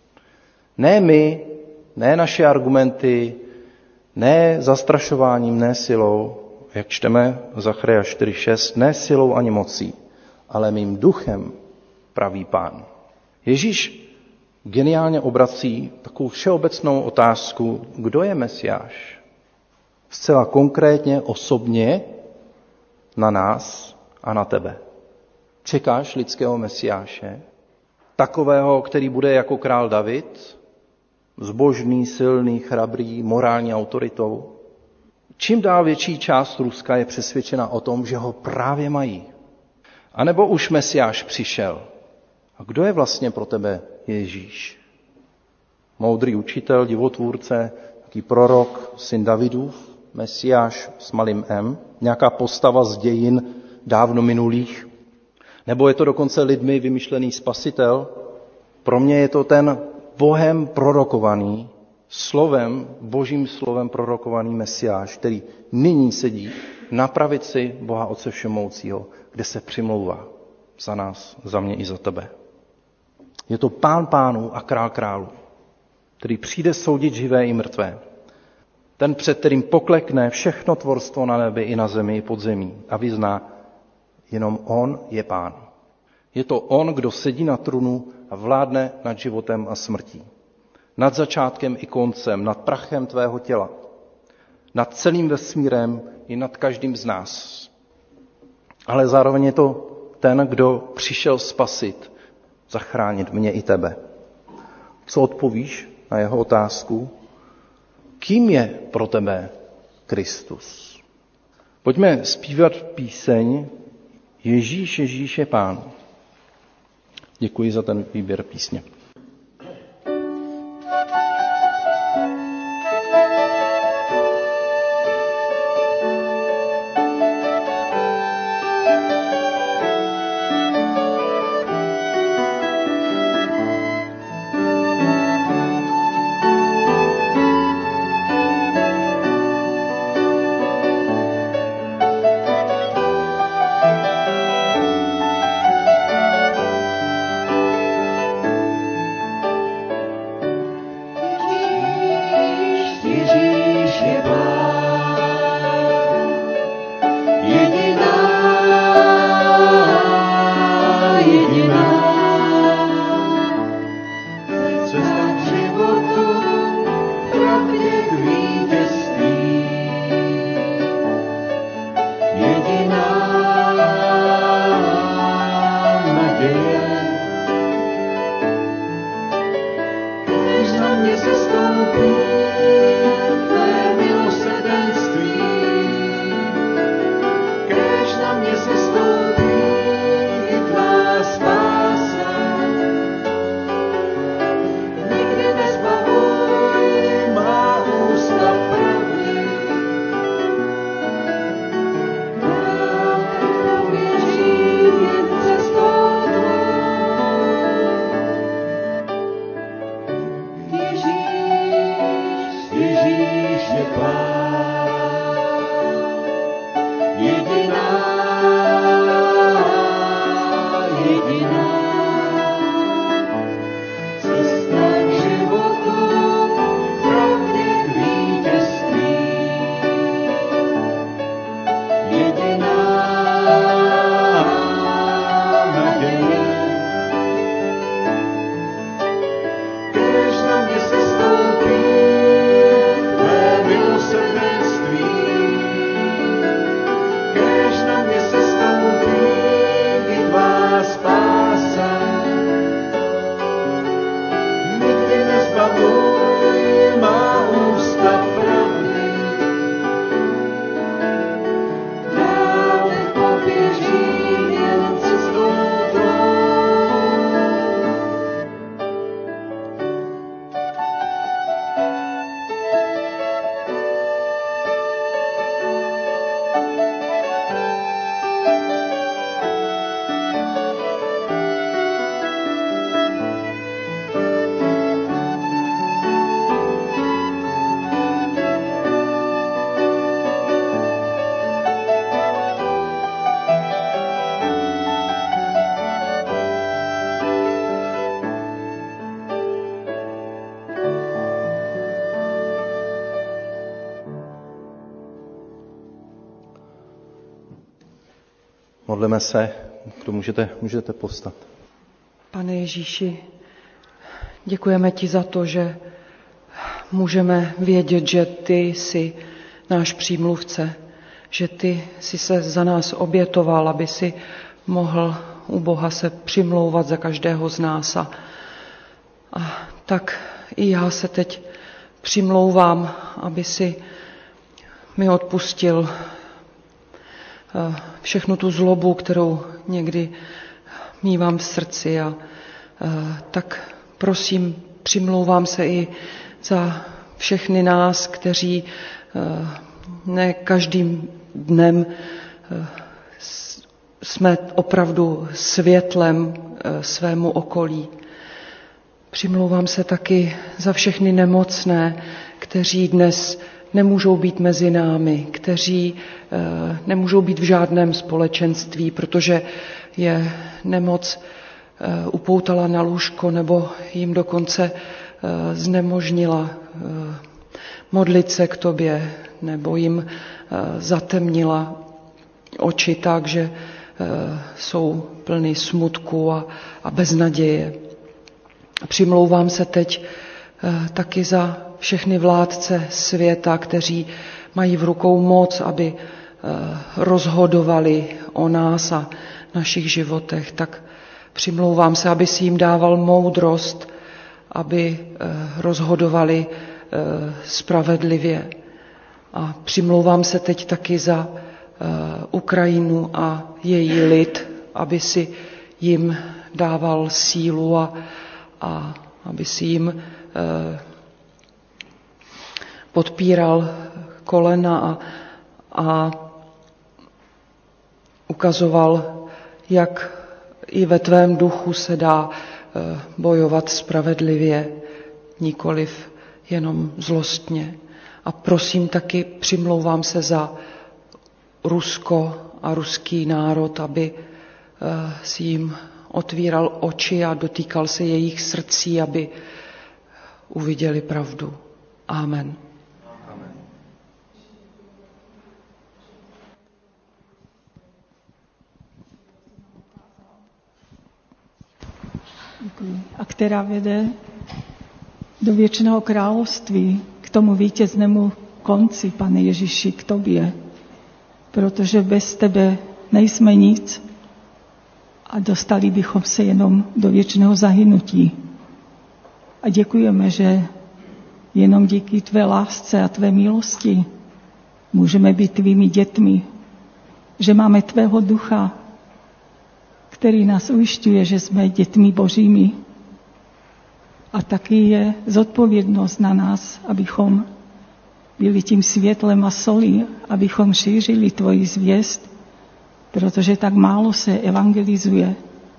Ne my, ne naše argumenty, ne zastrašováním, ne silou, jak čteme Zacharia čtyři šest, ne silou ani mocí, ale mým duchem, praví Pán. Ježíš geniálně obrací takovou všeobecnou otázku, kdo je Mesiáš? Zcela konkrétně, osobně na nás a na tebe. Čekáš lidského Mesiáše? Takového, který bude jako král David, zbožný, silný, chrabrý, morální autoritou? Čím dál větší část Ruska je přesvědčena o tom, že ho právě mají. A nebo už Mesiáš přišel. A kdo je vlastně pro tebe Ježíš? Moudrý učitel, divotvůrce, taký prorok, syn Davidův, Mesiáš s malým M, nějaká postava z dějin dávno minulých? Nebo je to dokonce lidmi vymyšlený spasitel? Pro mě je to ten Bohem prorokovaný, slovem, božím slovem prorokovaný Mesiáš, který nyní sedí na pravici Boha Otce Všemoucího, kde se přimlouvá za nás, za mě i za tebe. Je to Pán pánů a král králů, který přijde soudit živé i mrtvé. Ten, před kterým poklekne všechno tvorstvo na nebi i na zemi i pod zemí a vyzná, jenom on je Pán. Je to on, kdo sedí na trůnu a vládne nad životem a smrtí. Nad začátkem i koncem, nad prachem tvého těla. Nad celým vesmírem i nad každým z nás. Ale zároveň je to ten, kdo přišel spasit, zachránit mě i tebe. Co odpovíš na jeho otázku? Kým je pro tebe Kristus? Pojďme zpívat píseň Ježíš, Ježíš je Pán. Děkuji za ten výběr písně. Modleme se, kdo můžete, můžete povstat. Pane Ježíši, děkujeme ti za to, že můžeme vědět, že ty jsi náš přímluvce, že ty jsi se za nás obětoval, aby si mohl u Boha se přimlouvat za každého z nás. A, a tak i já se teď přimlouvám, aby si mi odpustil všechnu tu zlobu, kterou někdy mívám v srdci. A tak prosím, přimlouvám se i za všechny nás, kteří ne každým dnem jsme opravdu světlem svému okolí. Přimlouvám se taky za všechny nemocné, kteří dnes nemůžou být mezi námi, kteří e, nemůžou být v žádném společenství, protože je nemoc e, upoutala na lůžko nebo jim dokonce e, znemožnila e, modlit se k tobě nebo jim e, zatemnila oči tak, že e, jsou plný smutku a, a beznaděje. Přimlouvám se teď e, taky za všechny vládce světa, kteří mají v rukou moc, aby rozhodovali o nás a našich životech, tak přimlouvám se, aby si jim dával moudrost, aby rozhodovali spravedlivě. A přimlouvám se teď taky za Ukrajinu a její lid, aby si jim dával sílu a, a aby si jim podpíral kolena a, a ukazoval, jak i ve tvém duchu se dá bojovat spravedlivě, nikoliv jenom zlostně. A prosím taky, přimlouvám se za Rusko a ruský národ, aby si jim otvíral oči a dotýkal se jejich srdcí, aby uviděli pravdu. Amen. A která vede do věčného království, k tomu vítěznému konci, Pane Ježíši, k tobě. Protože bez tebe nejsme nic a dostali bychom se jenom do věčného zahynutí. A děkujeme, že jenom díky tvé lásce a tvé milosti můžeme být tvými dětmi, že máme tvého ducha, který nás ujišťuje, že jsme dětmi božími. A taky je zodpovědnost na nás, abychom byli tím světlem a solí, abychom šířili tvoji zvěst, protože tak málo se evangelizuje.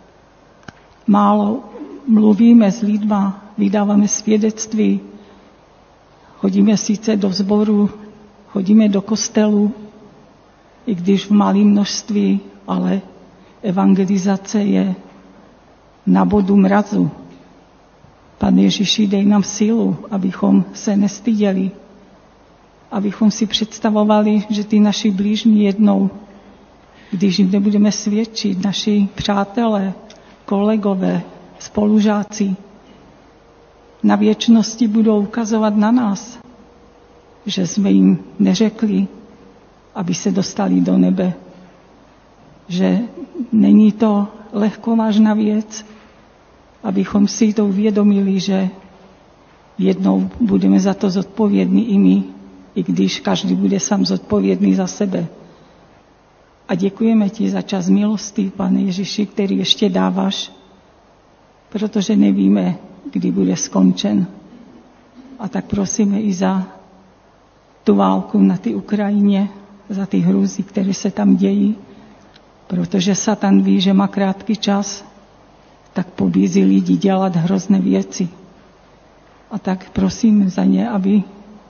Málo mluvíme s lidma, vydáváme svědectví, chodíme sice do sboru, chodíme do kostelu, i když v malém množství, ale evangelizace je na bodu mrazu. Pane Ježíši, dej nám sílu, abychom se nestyděli, abychom si představovali, že ty naši blížní jednou, když jim nebudeme svědčit, naši přátelé, kolegové, spolužáci, na věčnosti budou ukazovat na nás, že jsme jim neřekli, aby se dostali do nebe. Že není to lehkovážná věc, abychom si to uvědomili, že jednou budeme za to zodpovědní i my, i když každý bude sám zodpovědný za sebe. A děkujeme ti za čas milosti, Pane Ježíši, který ještě dáváš, protože nevíme, kdy bude skončen. A tak prosíme i za tu válku na té Ukrajině, za ty hrůzy, které se tam dějí, protože Satan ví, že má krátký čas, tak pobízí lidi dělat hrozné věci. A tak prosím za ně, aby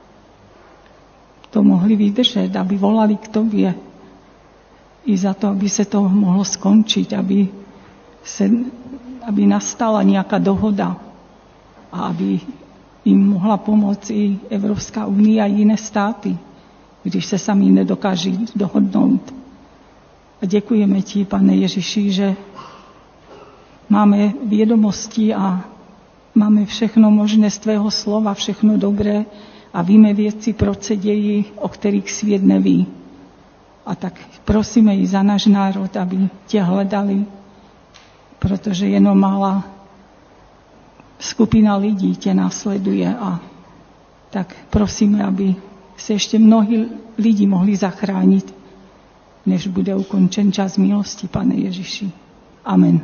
to mohli vydržet, aby volali k tobě. I za to, aby se to mohlo skončit, aby, se, aby nastala nějaká dohoda a aby jim mohla pomoci i Evropská unie a jiné státy, když se sami nedokáží dohodnout. A děkujeme ti, Pane Ježíši, že máme vědomosti a máme všechno možné z tvého slova, všechno dobré a víme věci, proč se dějí, o kterých svět neví. A tak prosíme i za náš národ, aby tě hledali, protože jenom malá skupina lidí tě následuje a tak prosíme, aby se ještě mnohí lidi mohli zachránit, než bude ukončen čas milosti, Pane Ježíši. Amen.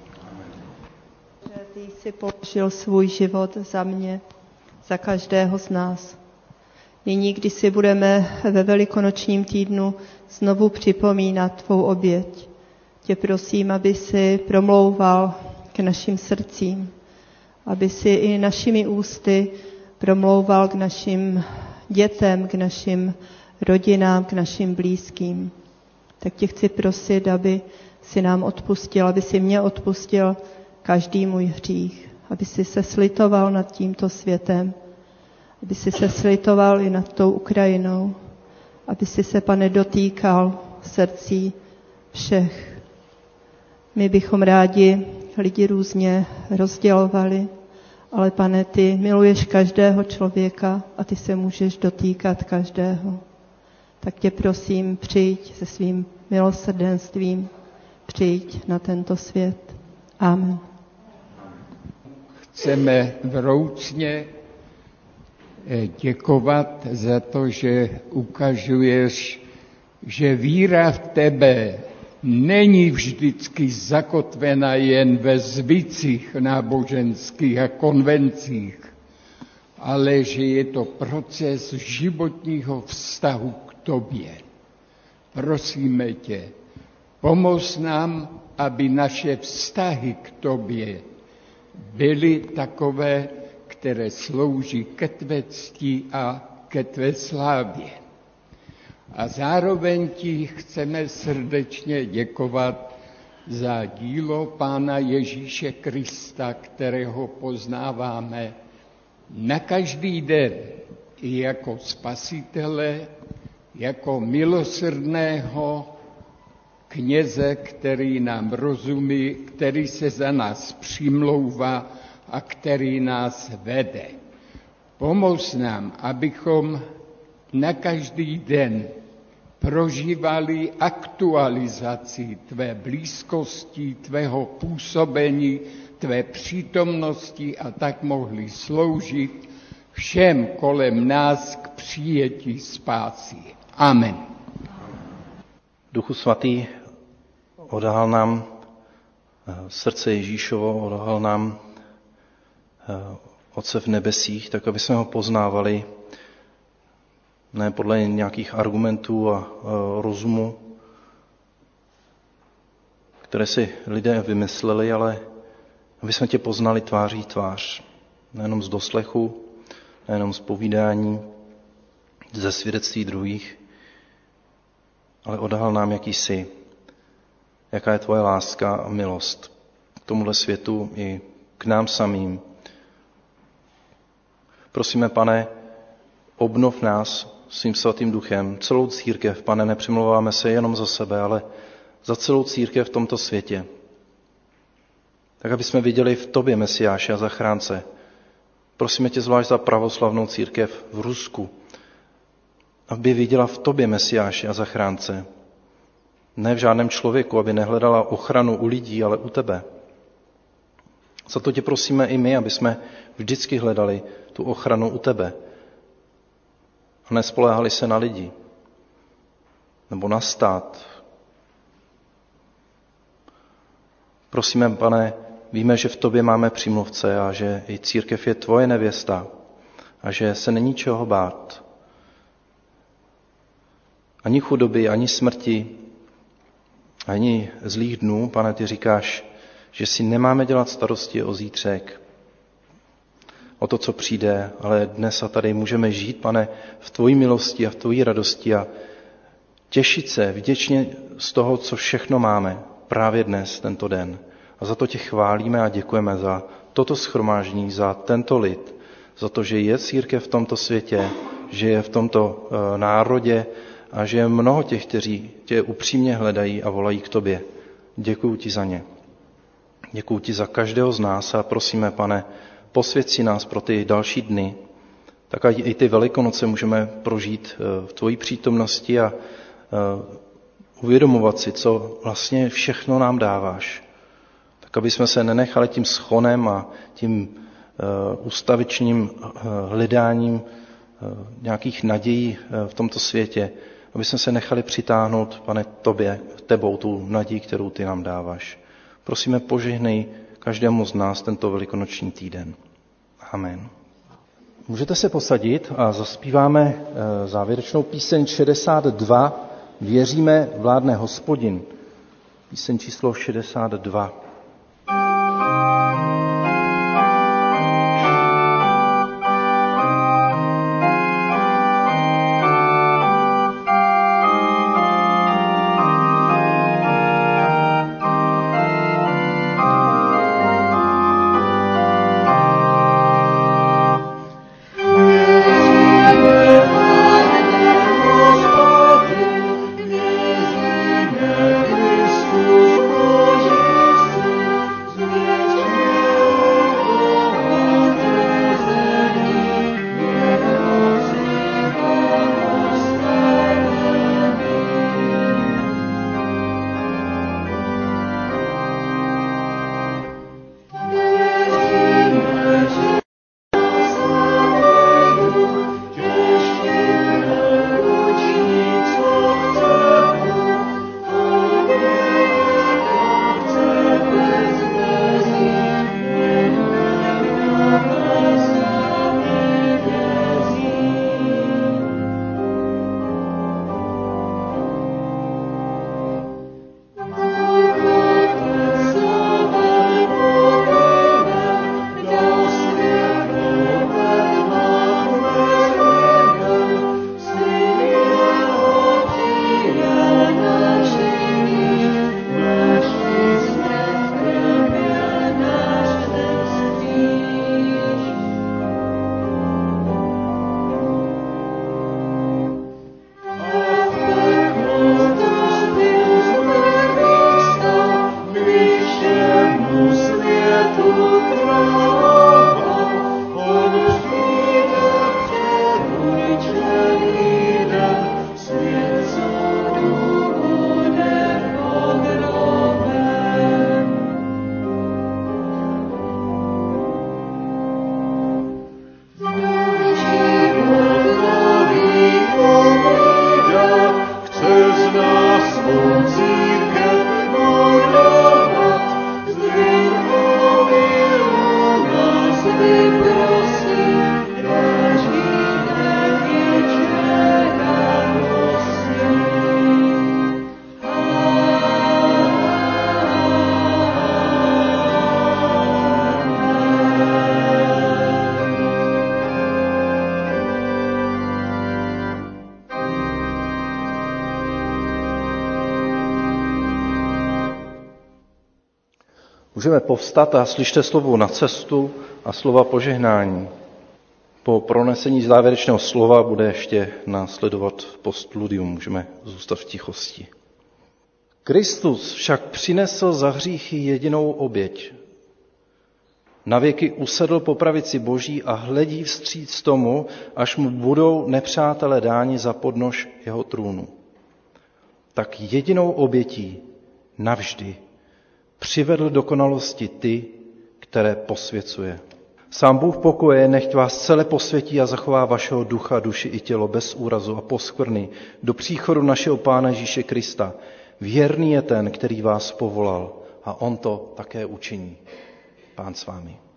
Ty jsi položil svůj život za mě, za každého z nás. Nyní, když si budeme ve velikonočním týdnu znovu připomínat tvou oběť, tě prosím, aby si promlouval k našim srdcím, aby si i našimi ústy promlouval k našim dětem, k našim rodinám, k našim blízkým. Tak tě chci prosit, aby si nám odpustil, aby si mě odpustil každý můj hřích, aby si se slitoval nad tímto světem, aby si se slitoval i nad tou Ukrajinou, aby si se, Pane, dotýkal srdcí všech. My bychom rádi lidi různě rozdělovali, ale, Pane, ty miluješ každého člověka a ty se můžeš dotýkat každého. Tak tě prosím, přijď se svým milosrdenstvím, přijď na tento svět. Amen. Chceme vroucně děkovat za to, že ukazuješ, že víra v tebe není vždycky zakotvena jen ve zvycích náboženských a konvencích, ale že je to proces životního vztahu k tobě. Prosíme tě, pomoz nám, aby naše vztahy k tobě byly takové, které slouží ke tvé cti a ke tvé slávě. A zároveň ti chceme srdečně děkovat za dílo Pána Ježíše Krista, kterého poznáváme na každý den i jako spasitele, jako milosrdného kněze, který nám rozumí, který se za nás přimlouvá a který nás vede. Pomoz nám, abychom na každý den prožívali aktualizaci tvé blízkosti, tvého působení, tvé přítomnosti a tak mohli sloužit všem kolem nás k přijetí spásy. Amen. Duchu svatý, odhal nám srdce Ježíšovo, odhal nám Otce v nebesích, tak aby jsme ho poznávali ne podle nějakých argumentů a rozumu, které si lidé vymysleli, ale aby jsme tě poznali tváří tvář. Nejenom z doslechu, nejenom z povídání, ze svědectví druhých, ale odhalil nám, jaký jsi, jaká je tvoje láska a milost k tomuhle světu i k nám samým. Prosíme, Pane, obnov nás svým svatým duchem, celou církev. Pane, nepřimlouváme se jenom za sebe, ale za celou církev v tomto světě. Tak, aby jsme viděli v tobě Mesiáše a zachránce. Prosíme tě zvlášť za pravoslavnou církev v Rusku, aby viděla v tobě Mesiáše a zachránce. Ne v žádném člověku, aby nehledala ochranu u lidí, ale u tebe. Za to tě prosíme i my, aby jsme vždycky hledali tu ochranu u tebe a nespoléhali se na lidi nebo na stát. Prosíme, Pane, víme, že v tobě máme přímluvce a že i církev je tvoje nevěsta a že se není čeho bát. Ani chudoby, ani smrti, ani zlých dnů, Pane, ty říkáš, že si nemáme dělat starosti o zítřek, o to, co přijde, ale dnes a tady můžeme žít, Pane, v tvojí milosti a v tvojí radosti a těšit se vděčně z toho, co všechno máme právě dnes, tento den. A za to tě chválíme a děkujeme za toto shromáždění, za tento lid, za to, že je církev v tomto světě, že je v tomto uh, národě a že je mnoho těch, kteří tě upřímně hledají a volají k tobě. Děkuju ti za ně. Děkuju ti za každého z nás a prosíme, Pane, posvěť si nás pro ty další dny, tak ať i ty Velikonoce můžeme prožít v tvojí přítomnosti a uvědomovat si, co vlastně všechno nám dáváš. Tak, aby jsme se nenechali tím schonem a tím ustavičním hledáním nějakých nadějí v tomto světě, aby jsme se nechali přitáhnout, Pane, tobě, tebou, tu naději, kterou ty nám dáváš. Prosíme, požehnej každému z nás tento velikonoční týden. Amen. Můžete se posadit a zaspíváme závěrečnou píseň šedesát dva. Věříme, vládne Hospodin. Píseň číslo šedesát dva. Kristus Boží Můžeme povstat a slyšte slovo na cestu a slova požehnání. Po pronesení závěrečného slova bude ještě následovat postludium. Můžeme zůstat v tichosti. Kristus však přinesl za hříchy jedinou oběť. Navěky usedl po pravici Boží a hledí vstříc tomu, až mu budou nepřátelé dáni za podnož jeho trůnu. Tak jedinou obětí navždy přivedl dokonalosti ty, které posvěcuje. Sám Bůh pokoje nechť vás celé posvětí a zachová vašeho ducha, duši i tělo bez úrazu a poskvrny do příchodu našeho Pána Ježíše Krista. Věrný je ten, který vás povolal, a on to také učiní. Pán s vámi.